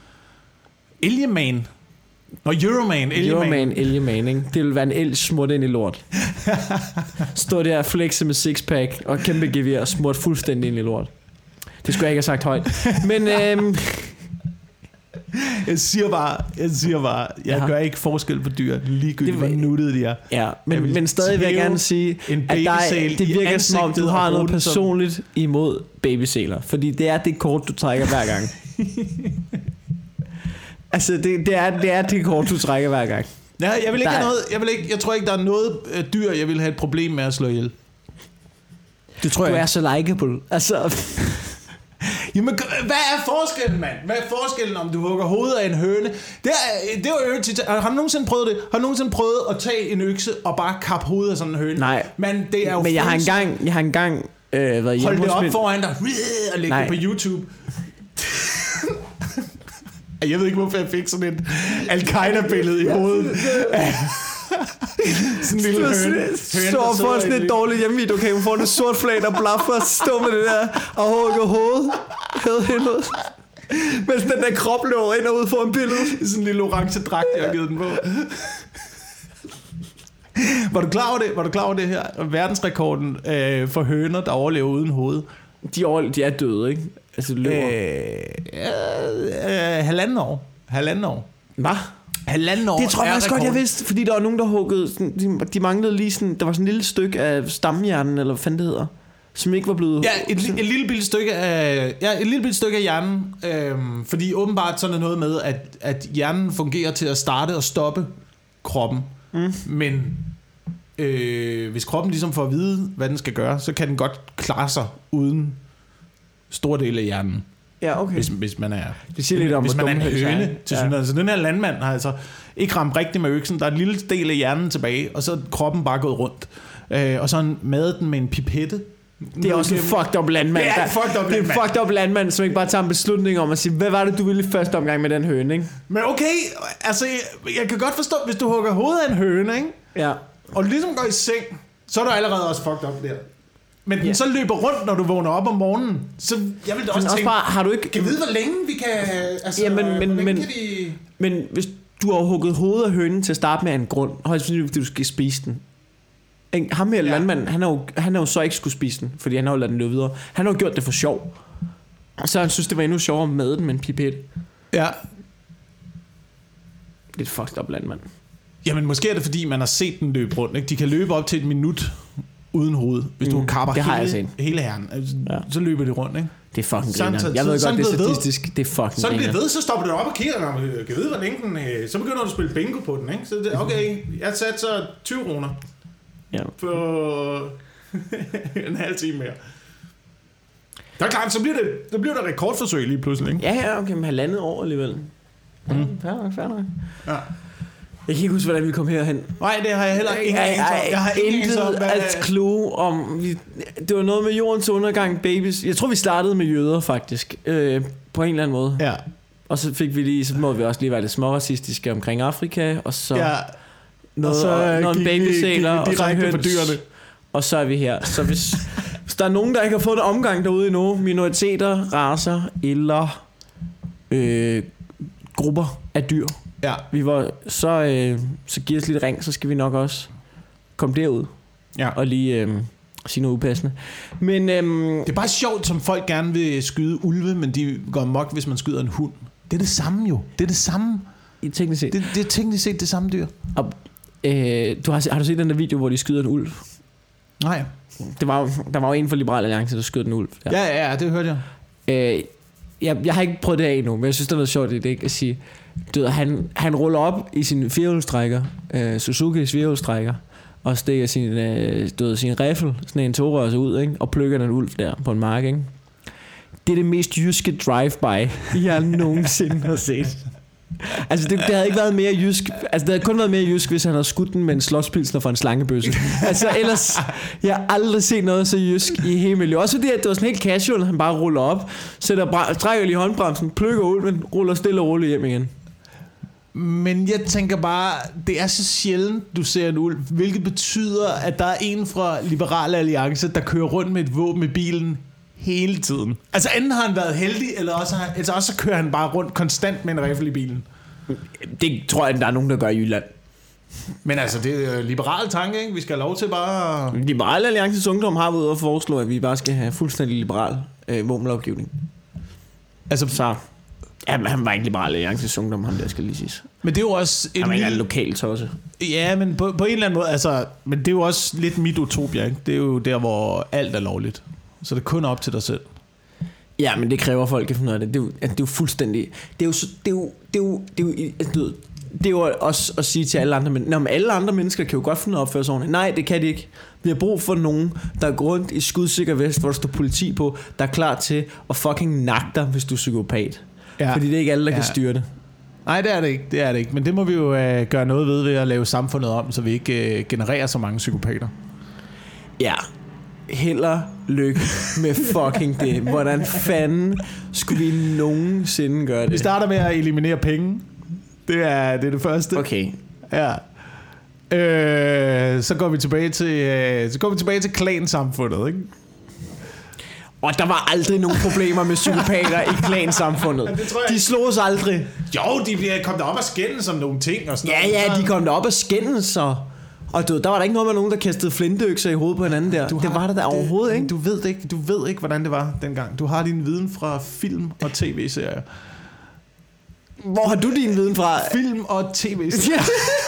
Elgeman? Nå, Euroman. Euroman, Elgeman, ikke? Det vil være en el smurt ind i lort. Stå der og flexe med sixpack og kæmpe gevær og smurt fuldstændig ind i lort. Det skulle jeg ikke have sagt højt. Men øhm, jeg siger bare, jeg siger bare, jeg ja. gør ikke forskel på dyr, ligegyldigt hvor nuttede de er. Ja, men, men stadig vil jeg gerne sige, at der er, det virker som om, du har noget personligt som... imod babysæler. Fordi det er det kort, du trækker hver gang. Altså, det, det, er, det er det kort, du trækker hver gang. Ja, jeg vil ikke have noget, jeg, vil ikke, jeg tror ikke, der er noget uh, dyr, jeg vil have et problem med at slå ihjel. Det tror du jeg. er så likeable. Altså... Jamen, hvad er forskellen, mand? Hvad er forskellen, om du hugger hovedet af en høne? Det er, det er jo tit. Har du nogensinde prøvet det? Har du nogensinde prøvet at tage en økse og bare kappe hovedet af sådan en høne? Nej. Men det er jo Men jeg har engang, jeg har engang øh, været hjemme. Hold det op min... foran dig og lægge det på YouTube. Jeg ved ikke, hvorfor jeg fik sådan et Al-Qaida-billede i hovedet. Sådan en lille høne. Så får sådan et dårligt hjemmevideo, okay? Hun får en sort flag, der blaffer og stå med det der og hugger hovedet. Hævet mens den der krop løber ind og ud for en billede. Sådan en lille orange dragt, jeg har givet den på. Var du klar over det? Var du klar over det her? Verdensrekorden øh, for høner, der overlever uden hoved. De, over, de er døde, ikke? Altså løber. Øh, øh, halvanden år. Halvanden år. Hvad? Halvanden år. Det tror jeg faktisk godt, jeg vidste, fordi der var nogen, der huggede, sådan, de, de manglede lige sådan, der var sådan en lille stykke af stamhjernen, eller hvad fanden det hedder, som ikke var blevet... Ja, et, et lille bitte stykke af, ja, et lille bitte stykke af hjernen, øhm, fordi åbenbart sådan er noget med, at, at hjernen fungerer til at starte og stoppe kroppen, mm. men øh, hvis kroppen ligesom får at vide, hvad den skal gøre, så kan den godt klare sig uden stor del af hjernen. Ja, okay. Hvis, hvis man er, det siger lidt om, hvis man er en høne ja. til synligheden. Ja. Så den her landmand har altså ikke ramt rigtigt med øksen. Der er en lille del af hjernen tilbage, og så er kroppen bare gået rundt. Øh, og så har han madet den med en pipette. Det er også en fucked up landmand. Det er en fucked up landmand. Det er en fucked up landmand, som ikke bare tager en beslutning om at sige, hvad var det, du ville i første omgang med den høne, ikke? Men okay, altså jeg, jeg kan godt forstå, hvis du hugger hovedet af en høne, ikke? Ja. Og du ligesom går i seng, så er du allerede også fucked up der. Men den ja. så løber rundt, når du vågner op om morgenen. Så jeg vil da også, også tænke, bare, har du ikke... kan vide, hvor længe vi kan... Altså, ja, men, men, men, kan de... men hvis du har hugget hovedet af hønen til at starte med en grund, højst sandsynligt, fordi du skal spise den. En, ham her, ja. landmanden, han har, jo, han har jo så ikke skulle spise den, fordi han har jo ladet den løbe videre. Han har jo gjort det for sjov. Så han synes, det var endnu sjovere med den med en pipette. Ja. Lidt fucked up landmand. Jamen måske er det fordi man har set den løbe rundt, ikke? De kan løbe op til et minut uden hoved. Hvis du mm, kapper hele, hele herren, altså, ja. Så løber de rundt, ikke? Det er fucking griner. Jeg ved godt, det er statistisk. Ved. Det er fucking så bliver ved, så stopper du op og kigger, når du kan vide, hvor længe den, så begynder du at spille bingo på den, ikke? Så det, okay, jeg satte så tyve kroner ja. På en halv time mere. Der er klart, så bliver det, så bliver der rekordforsøg lige pludselig, ikke? Ja, ja, okay, men halvandet år alligevel. Mm. Fair nok, fair nok. Ja. Jeg kan ikke huske, hvordan vi kom herhen. Nej, det har jeg heller ikke. Jeg, jeg, jeg har intet at clue om. Vi, det var noget med jordens undergang, babies. Jeg tror, vi startede med jøder, faktisk. Øh, på en eller anden måde. Ja. Og så fik vi lige, så måtte vi også lige være lidt småracistiske omkring Afrika. Og så ja. noget, og så noget babysæler. Og så høns. For dyrene. Og så er vi her. Så hvis, hvis der er nogen, der ikke har fået en omgang derude endnu, minoriteter, racer eller øh, grupper af dyr. Ja. Vi var så øh, så giver os lidt ring, så skal vi nok også komme derud. Ja. Og lige øh, sige noget upassende. Men øh, det er bare sjovt, som folk gerne vil skyde ulve, men de går amok, hvis man skyder en hund. Det er det samme jo. Det er det samme. I teknisk set. Det, det er teknisk set det samme dyr. Og, øh, du har, har du set den der video, hvor de skyder en ulv? Nej. Det var, der var jo en fra Liberal Alliance, der skød en ulv. Der. Ja, ja, ja, det hørte jeg. Øh, jeg. Jeg har ikke prøvet det af endnu, men jeg synes, det er noget sjovt i det, ikke? At sige, du ved, han, han ruller op i sin firehjulstrækker, øh, Suzuki's firehjulstrækker, og stikker sin, øh, du ved, sin riffel, sådan en togrøser ud, ikke? Og plukker den ulv der på en mark, ikke? Det er det mest jyske drive-by, jeg nogensinde har set. Altså det, det havde ikke været mere jysk. Altså det havde kun været mere jysk, hvis han havde skudt den med en slåspilsner fra en slangebøsse. Altså ellers, jeg har aldrig set noget så jysk i hele miljøet. Også fordi at det var sådan helt casual, han bare ruller op, sætter bra- trækker lige håndbremsen, plukker ulven, ruller stille og roligt hjem igen. Men jeg tænker bare, det er så sjældent, du ser en ulv, hvilket betyder, at der er en fra Liberal Alliance, der kører rundt med et våben i bilen hele tiden. Altså enten har han været heldig, eller også, har, altså også så kører han bare rundt konstant med en riffel i bilen. Det tror jeg, der er nogen, der gør i Jylland. Men altså, det er liberal tanke, ikke? Vi skal have lov til bare... Liberal Alliances Ungdom har været ude og foreslå, at vi bare skal have fuldstændig liberal øh, våbenlovgivning. Altså, så... Ja, han var ikke Liberal Alliances Ungdom, han der skal lige siges. Men det er jo også... Han var ikke en lokal tosse. Ja, men på, på en eller anden måde, altså... Men det er jo også lidt mit utopia, ikke? Det er jo der, hvor alt er lovligt. Så det er kun op til dig selv. Ja, men det kræver folk at finde ud af det. Det er jo, det er jo fuldstændig... Det er jo... Det er jo, det er jo, det er jo, det er jo, det er jo også at sige til alle andre mennesker... Nå, men alle andre mennesker kan jo godt finde ud af at opføre sig ordentligt. Nej, det kan de ikke. Vi har brug for nogen, der går rundt i skudsikker vest, hvor der står politi på, der er klar til at fucking nakke dig, hvis du er psykopat. Ja. Fordi det er ikke alle, der ja. kan styre det. Nej, det er det ikke. Det er det ikke. Men det må vi jo øh, gøre noget ved ved at lave samfundet om, så vi ikke øh, genererer så mange psykopater. Ja. Held og lykke med fucking det. Hvordan fanden skulle vi nogensinde gøre det? Vi starter med at eliminere penge. Det er det, er det første. Okay. Ja. Øh, så går vi tilbage til øh, så går vi tilbage til klansamfundet, ikke? Og der var aldrig nogen problemer med psykopater i klansamfundet. De slås aldrig. Jo, de bliver kommet op og skændes om nogle ting og sådan ja, noget. Ja, ja, de kom derop og skændes og Og du, der var der ikke noget med nogen, der kastede flinteøkser i hovedet på hinanden der. Du det var der der det, overhovedet ikke. Du ved ikke, du ved ikke, hvordan det var dengang. Du har din viden fra film og tv-serier. Hvor har du din viden fra? Film og tv-serier.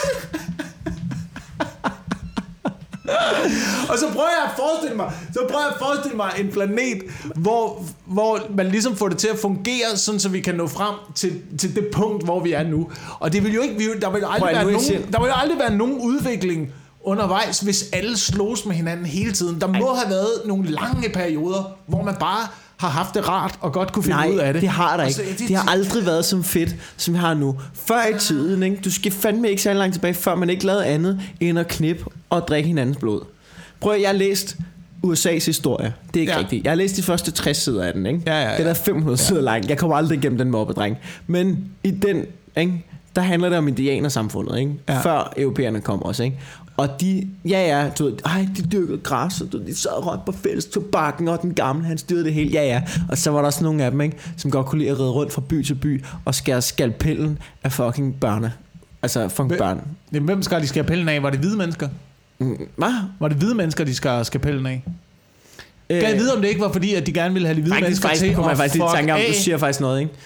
Og så prøver jeg at forestille mig, så prøver jeg at forestille mig en planet, hvor, hvor man ligesom får det til at fungere, sådan så vi kan nå frem til, til det punkt, hvor vi er nu. Og det vil jo ikke, der vil jo aldrig, være nogen, der vil jo aldrig være nogen udvikling undervejs, hvis alle slås med hinanden hele tiden. Der må have været nogle lange perioder, hvor man bare har haft det rart og godt kunne finde Nej, ud af det. det har der ikke. Altså, det, det har aldrig været så fedt, som vi har nu. Før i tiden, ikke? Du skal fandme ikke så langt tilbage, før man ikke lavede andet end at knippe og drikke hinandens blod. Prøv at, jeg har læst U S A's historie. Det er ikke ja. rigtigt. Jeg har læst de første tres sider af den, ikke? Ja, ja, ja. Den er fem hundrede ja. sider lang. Jeg kommer aldrig igennem den mobbe, dreng. Men i den, ikke? Der handler det om indianersamfundet, ikke? Ja. Før europæerne kom også, ikke? Og de, ja ja, du ved, ej, de dyrkede græs, og de sad rundt på fælles tobakken, og den gamle, han styrede det hele, ja ja. Og så var der også nogle af dem, ikke, som godt kunne lide at ride rundt fra by til by, og skære skalpellen af fucking børne. Altså fucking Hvem, børn. Hvem skar de skalpellen af? Var det hvide mennesker? Hvad? Var det hvide mennesker, de skar skalpellen af? Øh, kan jeg vide, om det ikke var fordi, at de gerne ville have de hvide faktisk, mennesker faktisk, til at fuck faktisk af? Du siger faktisk noget, ikke?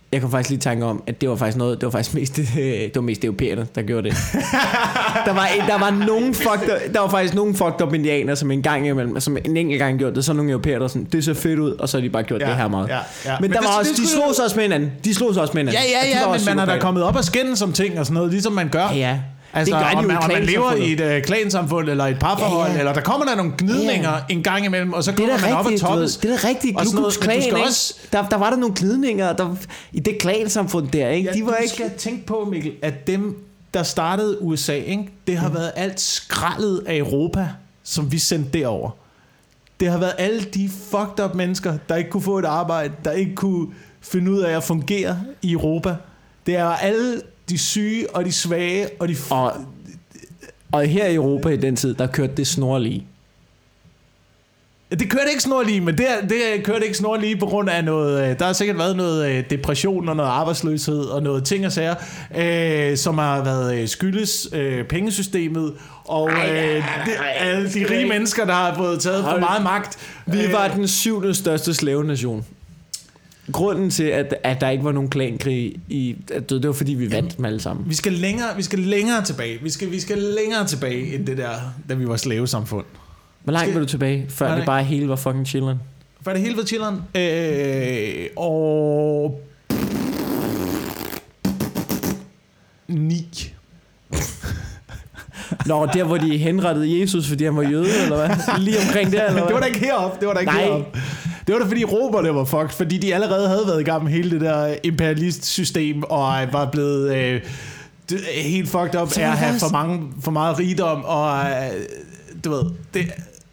Jeg kom faktisk lige tænke om, at det var faktisk noget, det var faktisk mest, det var mest europæerne, der gjorde det. der var der var nogen fucked, der var faktisk nogen fucked up indianer, som en gang imellem, som en enkelt gang gjorde det, så nogle europæere der sådan, det ser fedt ud, og så har de bare gjort ja, det her meget. Ja, ja. Men, men der det, var også, det, de slog sig også med hinanden. De slog sig også med hinanden. Ja, ja, ja, men man er da kommet op og skændes som ting og sådan noget, ligesom man gør. Ja, ja. Altså, det gør de jo man, i man lever i et uh, klansamfund eller et parforhold, ja, ja. Eller der kommer der nogle gnidninger ja. En gang imellem, og så kommer man op og toppes. Det er da rigtigt. Ku Klux Klan, også... der, der var der nogle gnidninger der, i det klansamfund der, ikke? Ja, de var du ikke... skal tænke på, Mikkel, at dem, der startede U S A, ikke? Det har mm. været alt skraldet af Europa, som vi sendte derover. Det har været alle de fucked up mennesker, der ikke kunne få et arbejde, der ikke kunne finde ud af at fungere i Europa. Det er alle de syge og de svage og de... F- og, og her i Europa i den tid, der kørte det snorlige. Det kørte ikke snorlige, men det, det kørte ikke snorlige på grund af noget... Der har sikkert været noget depression og noget arbejdsløshed og noget ting og sager, øh, som har været skyldes øh, pengesystemet og øh, det, alle de rige mennesker, der har fået taget for meget magt. Vi var den syvende største slavenation. Grunden til, at, at der ikke var nogen klankrig i, at det var fordi, vi vandt dem alle sammen. Vi skal længere, vi skal længere tilbage. Vi skal, vi skal længere tilbage end det der, da vi var slavesamfund. Hvor langt var du tilbage, før det bare hele var fucking chilleren? Før det hele var chilleren? Øh, og... Ni. Nå, der hvor de henrettede Jesus, fordi han var jøde, eller hvad? Lige omkring der, eller hvad? Det var da ikke heroppe, det var da ikke heroppe. Det var da fordi romerne var fucked, fordi de allerede havde været i gang med hele det der imperialistsystem, og var blevet øh, helt fucked up af at have for, mange, for meget rigdom, og øh, du ved, det,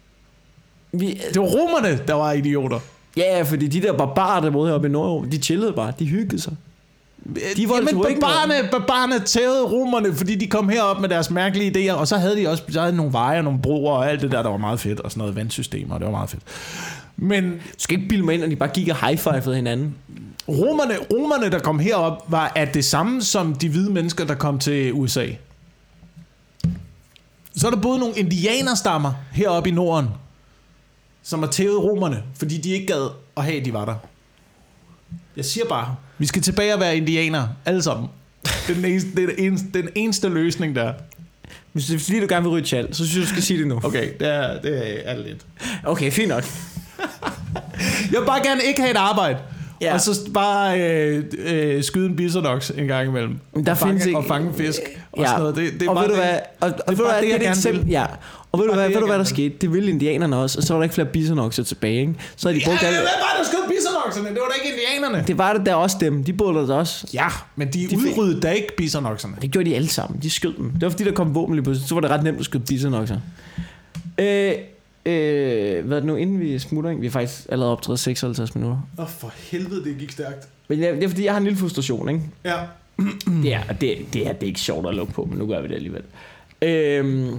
Vi, det var romerne, der var idioter. Ja, fordi de der barbarer, der boede heroppe i Nordeuropa, de chillede bare, de hyggede sig. De var Jamen barbarerne, barbarerne tævede romerne, fordi de kom herop med deres mærkelige idéer, og så havde de også så havde nogle veje og nogle broer og alt det der, der var meget fedt, og sådan noget vandsystemer, og det var meget fedt. Men du skal ikke bilde mig ind, at de bare gik og high-fivede hinanden. Romerne, romerne, der kom herop, var at det samme som de hvide mennesker, der kom til U S A. Så er der både nogle indianerstammer heroppe i Norden, som har tævet romerne, fordi de ikke gad at have, at de var der. Jeg siger bare, vi skal tilbage og være indianere, alle sammen. Det er den eneste, det er den eneste, den eneste løsning der. Hvis det er fordi, du gerne vil ryge tjal, så synes jeg, du skal sige det nu. Okay, det er, det er lidt. Okay, fint nok. Jeg vil bare gerne ikke have et arbejde. Ja. Og så bare øh, øh, skyde en bisonox en gang imellem. Der og, fange, ikke, og fange fisk og ja. Sådan noget. Det, det er og bare ved du det, hvad, og, og, det, er bare det, jeg gerne vil. Ja. Og ved du hvad, ved du hvad der skete? Det ville indianerne også, og så var der ikke flere bisonoxer tilbage, ikke? Så havde de brugt ja, alle... Hvad var der skød bisonoxerne? Det var da ikke indianerne. Det var det der også dem. De boede der også. Ja, men de, de udryddede da ikke bisonoxerne. Det gjorde de alle sammen. De skød dem. Det var fordi der kom våben lige pludselig. Så var det ret nemt at skyde bisonoxer. Øh... Øh, hvad er det nu, inden vi smutter, ikke? Vi er faktisk allerede optrædet seksoghalvtreds minutter. Åh, oh, for helvede, det gik stærkt. Men det er, det er fordi, jeg har en lille frustration, ikke? Ja. Ja, og det, det, er, det er ikke sjovt at lukke på, men nu gør vi det alligevel. Øhm,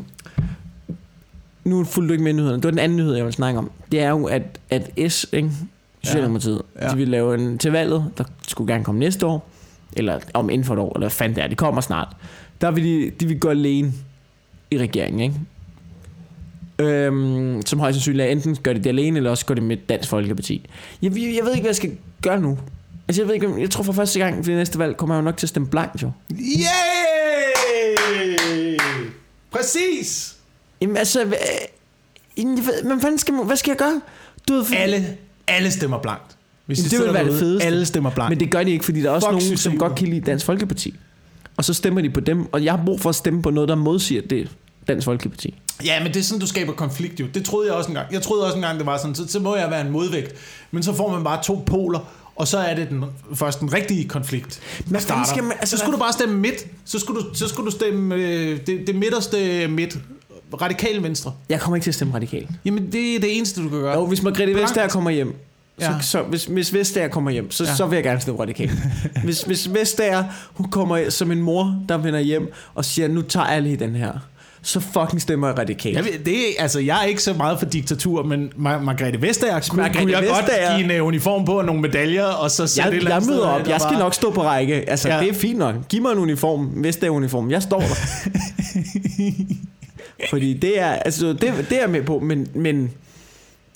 nu fulgte du ikke med nyhederne. Det var den anden nyhed, jeg vil snakke om. Det er jo, at, at S, ikke? Socialdemokratiet, ja. Ja. De vil lave en til valget, der skulle gerne komme næste år, eller om inden for et år, eller hvad fanden det er, det kommer snart. Der vil de, de vil gå alene i regeringen, ikke? Øhm, som højst sandsynligt enten gør det det alene, eller også går det med Dansk Folkeparti. Jeg, jeg, jeg ved ikke, hvad jeg skal gøre nu. Altså jeg ved ikke, jeg tror for første gang ved det næste valg kommer jeg jo nok til at stemme blankt, jo. Yay! Præcis! Jamen altså, hvad, jeg ved, men hvad skal, hvad skal jeg gøre? Du ved, for... alle, alle stemmer blankt. Hvis det, det vil være det fedeste. Alle stemmer blankt. Men det gør de ikke, fordi der er også Fuck nogen, systemet. som godt kan lide Dansk Folkeparti. Og så stemmer de på dem, og jeg har brug for at stemme på noget, der modsiger det Dansk Folkeparti. Ja, men det er sådan, du skaber konflikt jo. Det troede jeg også engang. Jeg troede også engang, det var sådan, så, så må jeg være en modvægt. Men så får man bare to poler, og så er det den, først den rigtige konflikt. Men skal man, altså, så skulle du bare stemme midt. Så skulle du, så skulle du stemme øh, det, det midterste midt. Radikale venstre. Jeg kommer ikke til at stemme radikal. Jamen, det er det eneste, du kan gøre. Jo, hvis Margrethe Vestager kommer hjem, ja. så, så, hvis, hvis Vestager kommer hjem, så, ja. så vil jeg gerne stemme radikal. hvis, hvis Vestager, hun kommer som en mor, der vender hjem og siger, nu tager jeg lige den her, så fucking stemmer jeg radikalt. Jeg, ved, det er, altså, jeg er ikke så meget for diktatur, men Mar- Margrethe Vestager kunne, Margrethe kunne jeg Vestager. godt give en uniform på og nogle medaljer, og så sætte jeg, et jeg møder op, jeg skal bare... nok stå på række. Altså, ja. Det er fint nok. Giv mig en uniform, Vestager-uniform. Jeg står der. Fordi det er, altså, det, det er jeg med på, men, men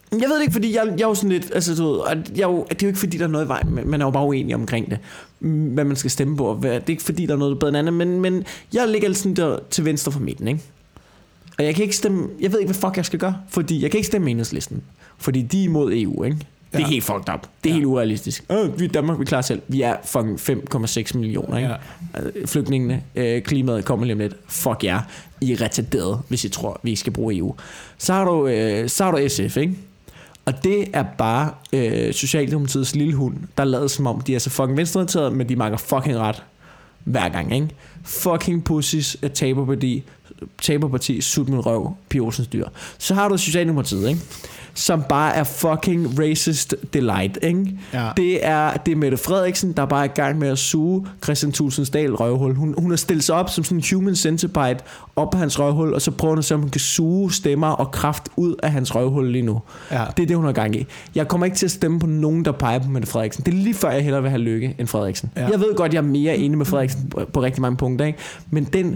Jeg ved det ikke, fordi jeg, jeg er jo sådan lidt, altså du ved, jeg er jo, det er jo ikke fordi, der er noget i vejen, man er jo bare uenig omkring det, hvad man skal stemme på, det er ikke fordi, der er noget bedre end andet, men, men jeg ligger sådan der til venstre for midten, ikke? Og jeg kan ikke stemme, jeg ved ikke, hvad fuck jeg skal gøre, fordi jeg kan ikke stemme Enhedslisten, fordi de er imod E U, ikke? Det er ja. helt fucked up. Det er ja. helt urealistisk. Øh, vi i Danmark, vi klarer selv. Vi er fucking fem komma seks millioner, ikke? Ja. Flygtningene, øh, klimaet kommer lige om lidt. Fuck jer. I er retarderet, hvis I tror, vi skal bruge E U. Så har du, øh, så har du S F, ikke? Og det er bare øh, Socialdemokratiets lille hund, der lader som om, de er så fucking venstreorienterede, men de makker fucking ret hver gang, ikke? Fucking pussies, taberparti, taberparti, sut min røv, Pia Olsens dyr. Så har du Socialdemokratiet, ikke? Som bare er fucking racist delight, ikke? Ja. Det er det er Mette Frederiksen, der bare er i gang med at suge Christian Thulesen Dahl røvhul. Hun, hun har stillet sig op som sådan en human centipede op på hans røvhul, og så prøver hun at se, om hun kan suge stemmer og kraft ud af hans røvhul lige nu. Ja. Det er det, hun har gang i. Jeg kommer ikke til at stemme på nogen, der peger på Mette Frederiksen. Det er lige før, jeg hellere vil have Løkke end Frederiksen. Ja. Jeg ved godt, jeg er mere enig med Frederiksen på, på rigtig mange punkter, ikke? Men den...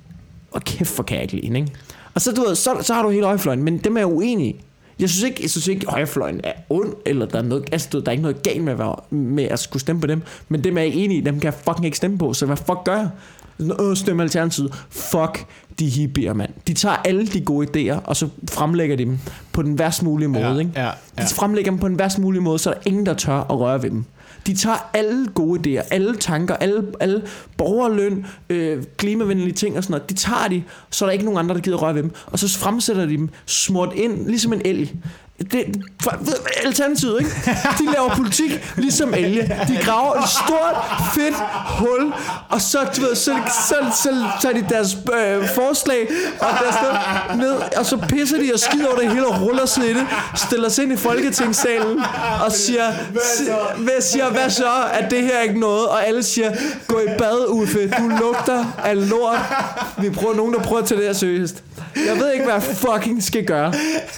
Og kæft for kan jeg ikke lide, ikke? Og så, du ved, så, så har du hele højrefløjen, men dem er jeg uenig i. Jeg synes ikke, jeg synes ikke højrefløjen er ond, eller der er, noget, altså, der er ikke noget galt med at, være, med at skulle stemme på dem, men dem er jeg enig i, dem kan jeg fucking ikke stemme på, så hvad fuck gør jeg? Åh, stemme Alternativet. Fuck de hippier, mand. De tager alle de gode idéer, og så fremlægger de dem på den værst mulige måde, ja, ikke? Ja, ja. De fremlægger dem på den værst mulige måde, så er der ingen, der tør at røre ved dem. De tager alle gode idéer, alle tanker, alle, alle borgerløn, øh, klimavenlige ting og sådan noget. De tager de, så er der ikke nogen andre, der gider røre ved dem. Og så fremsætter de dem smurt ind, ligesom en elg. Det, Alternativet, ikke? De laver politik ligesom elge. De graver et stort, fedt hul, og så, du ved, så, så, så tager de deres øh, forslag og deres sted ned, og så pisser de og skider over det hele og ruller sig i det, stiller sig ind i Folketingssalen og siger, hvad siger, hvad så, at det her er ikke noget, og alle siger, gå i bad, Uffe, du lugter af lort. Vi prøver nogen, der prøver at tage det her seriøst. Jeg ved ikke, hvad jeg fucking skal gøre.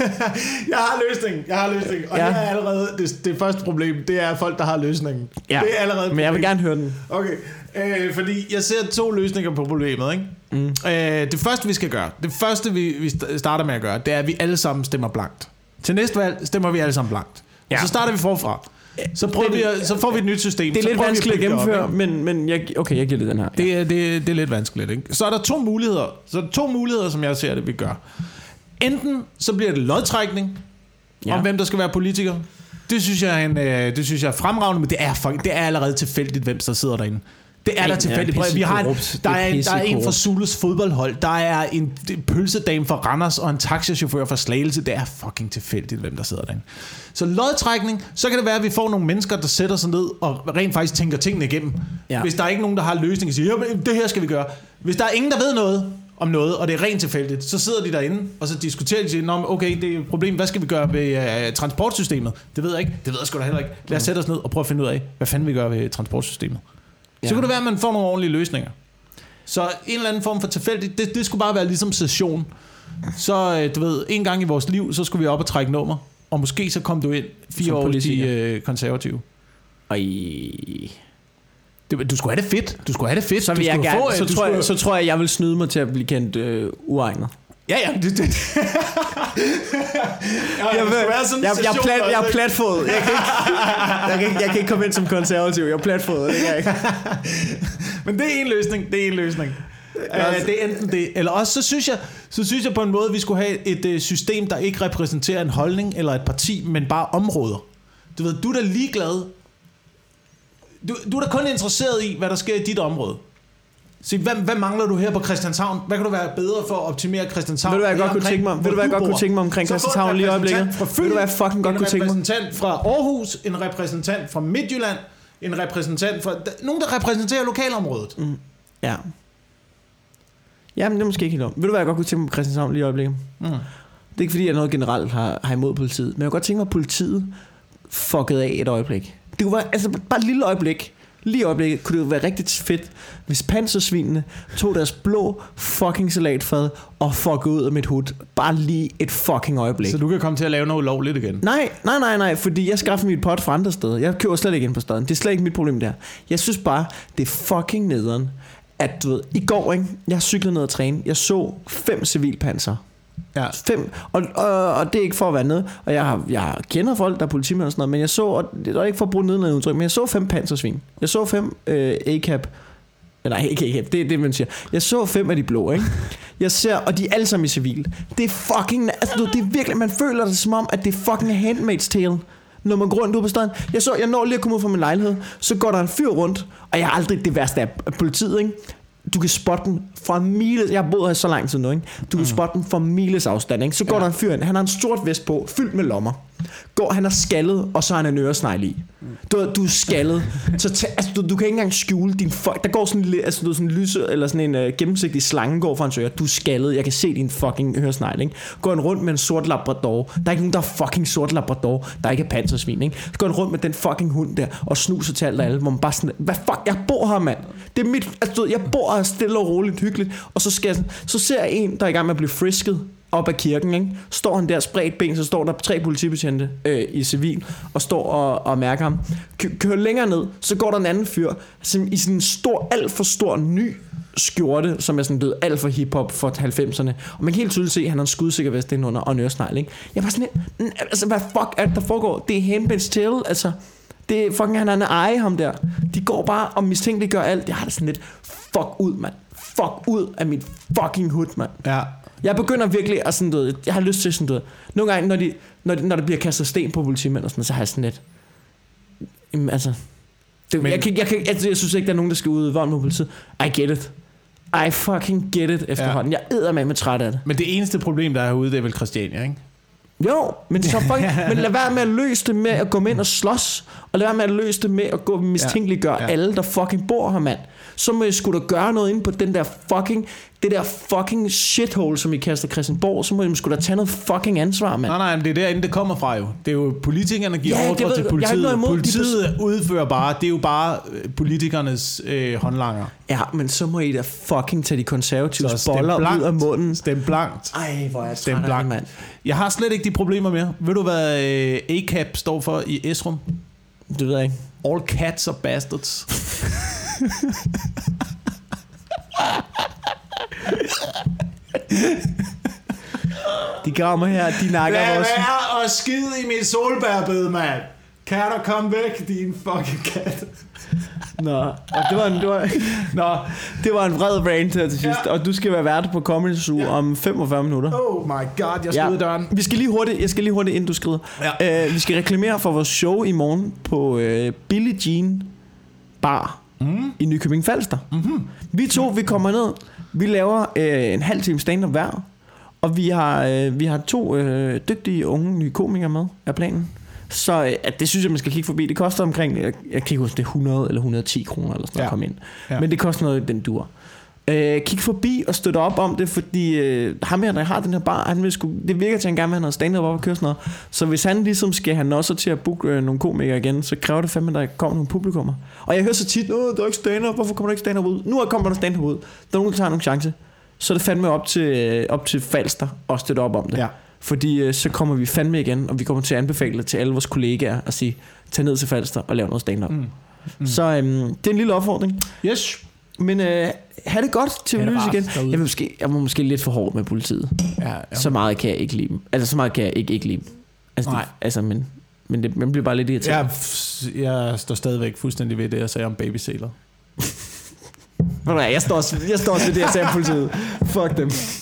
Jeg har løsning. Jeg har løsning. Og ja. Det er allerede det, det første problem. Det er folk, der har løsningen. Ja. Det er allerede men jeg vil gerne høre den. Okay. Øh, fordi jeg ser to løsninger på problemet, ikke? Mm. Øh, det første, vi skal gøre, det første, vi, vi starter med at gøre, det er, at vi alle sammen stemmer blankt. Til næste valg stemmer vi alle sammen blankt. Ja. Og så starter vi forfra. Så, prøver vi at, så får vi et nyt system. Det er så lidt vanskeligt at gennemføre, op, men, men jeg, okay, jeg giver det den her. Ja. Det, det, det er lidt vanskeligt, ikke? Så er der to muligheder. Så er der to muligheder, som jeg ser det, vi gør. Enten så bliver det lodtrækning ja. om hvem der skal være politiker. Det synes jeg er en, det synes jeg er fremragende, men det er det er allerede tilfældigt, hvem der sidder derinde. Det er der tilfældigt. Ja, vi har en, der, er en, der er en fra Sules fodboldhold, der er en pølsedame fra Randers og en taxachauffør fra Slagelse. Det er fucking tilfældigt, hvem der sidder derinde. Så lodtrækning, så kan det være, at vi får nogle mennesker, der sætter sig ned og rent faktisk tænker tingene igennem. Ja. Hvis der er ikke nogen, der har løsning og siger, det her skal vi gøre. Hvis der er ingen, der ved noget om noget, og det er rent tilfældigt, så sidder de derinde, og så diskuterer de sig, okay, det er et problem, hvad skal vi gøre ved uh, transportsystemet? Det ved jeg ikke, det ved jeg sgu da heller ikke. Lad os sætte os ned og prøve at finde ud af, hvad fanden vi gør ved transportsystemet. Ja. Så kunne det være, at man får nogle ordentlige løsninger. Så en eller anden form for tilfældigt, det, det skulle bare være ligesom session. Så du ved, en gang i vores liv, så skulle vi op og trække nummer, og måske så kom du ind fire år til øh, konservative. Ej. Du skulle have det fedt. Du skulle have det fedt. Så, du jeg gerne, få, så, du tror skulle... jeg, så tror jeg, jeg vil snyde mig til at blive kendt øh, uegnet. Ja, ja. Det, det. jeg, jeg, jeg, jeg, jeg, plat, jeg er platfodet. Jeg kan, ikke, jeg, kan ikke, jeg kan ikke komme ind som konservativ. Jeg er platfodet. Det kan jeg ikke. Men det er en løsning. Det er en løsning. Uh, det er enten det, eller også så synes jeg, så synes jeg på en måde, at vi skulle have et uh, system, der ikke repræsenterer en holdning eller et parti, men bare områder. Du ved, du er da ligeglad. Du, du er da kun interesseret i, hvad der sker i dit område. Så hvad, hvad mangler du her på Christianshavn? Hvad kan du være bedre for at optimere Christianshavn? Ved du hvad jeg godt kunne tænke mig? Ved du hvad jeg godt kunne tænke mig omkring Christianshavn lige i øjeblikket? Ved du hvad jeg fucking godt kunne tænke mig? En repræsentant fra Aarhus, en repræsentant fra Midtjylland, en repræsentant fra nogen der repræsenterer lokalområdet. Mm. Ja. Jamen det er måske ikke helt om. Ved du hvad jeg godt kunne tænke mig på Christianshavn lige i øjeblikket? Mm. Det er ikke fordi jeg noget generelt har, har imod politiet, men jeg kunne godt tænke mig at politiet fuckede af et øjeblik. Det kunne være altså bare et lille øjeblik. Lige i øjeblikket kunne det jo være rigtig fedt, hvis pansersvinene tog deres blå fucking salatfad og fuckede ud af mit hud. Bare lige et fucking øjeblik. Så du kan komme til at lave noget ulovligt igen? Nej, nej, nej, nej, fordi jeg skaffer mit pot fra andre steder. Jeg køber slet ikke ind på staden. Det er slet ikke mit problem der. Jeg synes bare, det er fucking nederen, at du ved, i går, ikke, jeg cyklede ned og træne. Jeg så fem civilpanser Ja. Fem, og, og, og det er ikke for at være nede. Og jeg, har, jeg kender folk, der er politimænd og sådan noget, men jeg så, og det er ikke for at bruge nedladende udtryk, men jeg så fem pansersvin. Jeg så fem øh, A C A B. Nej, ikke A C A B, det er det, man siger. Jeg så fem af de blå, ikke? Jeg ser, og de er alle sammen i civil. Det er fucking, altså det er virkelig, man føler det som om, at det er fucking Handmaid's Tale, når man går rundt ude på staden. Jeg så, jeg når lige at komme ud fra min lejlighed, så går der en fyr rundt, og jeg har aldrig, det værste af politiet, ikke? Du kan spotte den fra miles. Jeg har boet her så lang tid nu, ikke? Du kan mm. spotte den fra miles afstand, ikke? Så går ja. der en fyr ind. Han har en stort vest på, fyldt med lommer. Går, han er skaldet, og så har han en øresnegl i. Du, du er skaldet. Så t- altså, du, du kan ikke engang skjule din fuck. Der går sådan en altså, du, sådan en lyse, eller sådan en uh, gennemsigtig slange går fra hans øre. Du er skaldet. Jeg kan se din fucking øresnegl, ikke? Går han rundt med en sort labrador. Der er ikke nogen, der er fucking sort labrador, der ikke er pansersvin, ikke? Så går han rundt med den fucking hund der, og snuser til alt og alle, hvor man bare sådan, hvad fuck, jeg bor her, mand. Det er mit, altså, jeg bor her stille og roligt, hyggeligt, og så skal jeg sådan, så ser jeg en, der er i gang med at blive frisket op ad kirken, ikke? Står han der spredt ben, så står der tre politibetjente øh, i civil og står og, og mærker ham. K- kører længere ned, så går der en anden fyr som i sådan en stor, alt for stor ny skjorte, som er sådan blevet alt for hiphop for halvfemserne. Og man kan helt tydeligt se, at han har en skudsikker vest indenunder og en øresnegl, ikke? Jeg var sådan lidt, altså hvad fuck er det, der foregår? Det er Handmaid's Tale, altså. Det er fucking, han er en eje ham der. De går bare og mistænkeliggør alt. Jeg har det sådan lidt, fuck ud, mand. Fuck ud af mit fucking hud, mand. Ja. Jeg begynder virkelig at sådan noget. Jeg har lyst til sådan noget. Nogle gange, når, de, når, de, når der bliver kastet sten på politimænd og sådan noget, så har jeg sådan lidt, jamen, altså, det, Men, jeg, kan, jeg, kan, altså, jeg synes ikke, der er nogen, der skal ud vold mod politiet. I get it. I fucking get it efterhånden. Ja. Jeg eddermame træt af det. Men det eneste problem, der er herude, det er vel Christiania, ikke? Jo, men, så fucking, men lad være med at løse det med at gå ind og slås. Og lad være med at løse det med at gå og mistænkeliggøre ja, ja. alle, der fucking bor her, mand. Så må I sgu da gøre noget inde på den der fucking, det der fucking shithole, som I kaster Christiansborg. Så må I sgu da tage noget fucking ansvar, mand. Nej, nej, men det er derinde, det kommer fra jo. Det er jo politikerne, der giver ja, ordre til politiet. Politiet udfører bare, det er jo bare politikernes øh, håndlanger. Ja, men så må I da fucking tage de konservative boller ud af munden. Stem blankt. Ej, hvor er jeg træt af det, mand. Jeg har slet ikke de problemer mere. Ved du, hvad øh, A C A B står for i Esrum? Det ved jeg ikke. All cats are bastards. De kommer her, de nakker Lad vores... Lad være og skide i mit solbærbed, mand. Kan du komme væk, din fucking kat? Nå, og det var en, det var, nå, det var en vred rant her til sidst, ja. Og du skal være vært på Comedy Zoo ja. om femogfyrre minutter. Oh my god, jeg skal ja. ud af døren. Vi skal lige hurtigt, jeg skal lige hurtigt, inden du skrider. Ja. Uh, vi skal reklamere for vores show i morgen på uh, Billie Jean Bar mm. i Nykøbing Falster. Mm-hmm. Vi to, vi kommer ned, vi laver uh, en halv time stand-up hver, og vi har, uh, vi har to uh, dygtige unge nye komikere med af planen. Så uh, det synes jeg, man skal kigge forbi. Det koster omkring, jeg, jeg kan ikke huske, det er hundrede eller hundrede og ti kroner eller sådan noget ja. at komme ind. Ja. Men det koster noget, den dur. Uh, kig forbi og støtte op om det, fordi uh, ham her, der har den her bar, han vil sgu, det virker til, at han gerne vil have noget stand-up op og køre sådan noget. Så hvis han ligesom skal have også til at booke uh, nogle komikere igen, så kræver det fandme, at der kommer nogle publikummer. Og jeg hører så tit, åh, der er ikke stand-up, hvorfor kommer der ikke stand-up ud? Nu kommer der stand-up ud. Der er nogen, der tager nogle chance. Så er det fandme op til, op til Falster og støtte op om det. Ja. Fordi øh, så kommer vi fandme igen, og vi kommer til at anbefale til alle vores kollegaer at sige, tag ned til Falster og lav noget stand-up. Mm. Mm. Så øhm, det er en lille opfordring. Yes. Men øh, have det godt til at lyse igen. Jeg, vil måske, jeg må måske lidt for hård med politiet. Ja, ja. Så meget kan jeg ikke lide dem. Altså så meget kan jeg ikke ikke lide dem. Altså, Nej. Det, altså men, men det man bliver bare lidt irriteret. Jeg, jeg står stadigvæk fuldstændig ved det, jeg sagde om babysaler. Jeg står også, jeg står også ved det, jeg sagde om politiet. Fuck dem.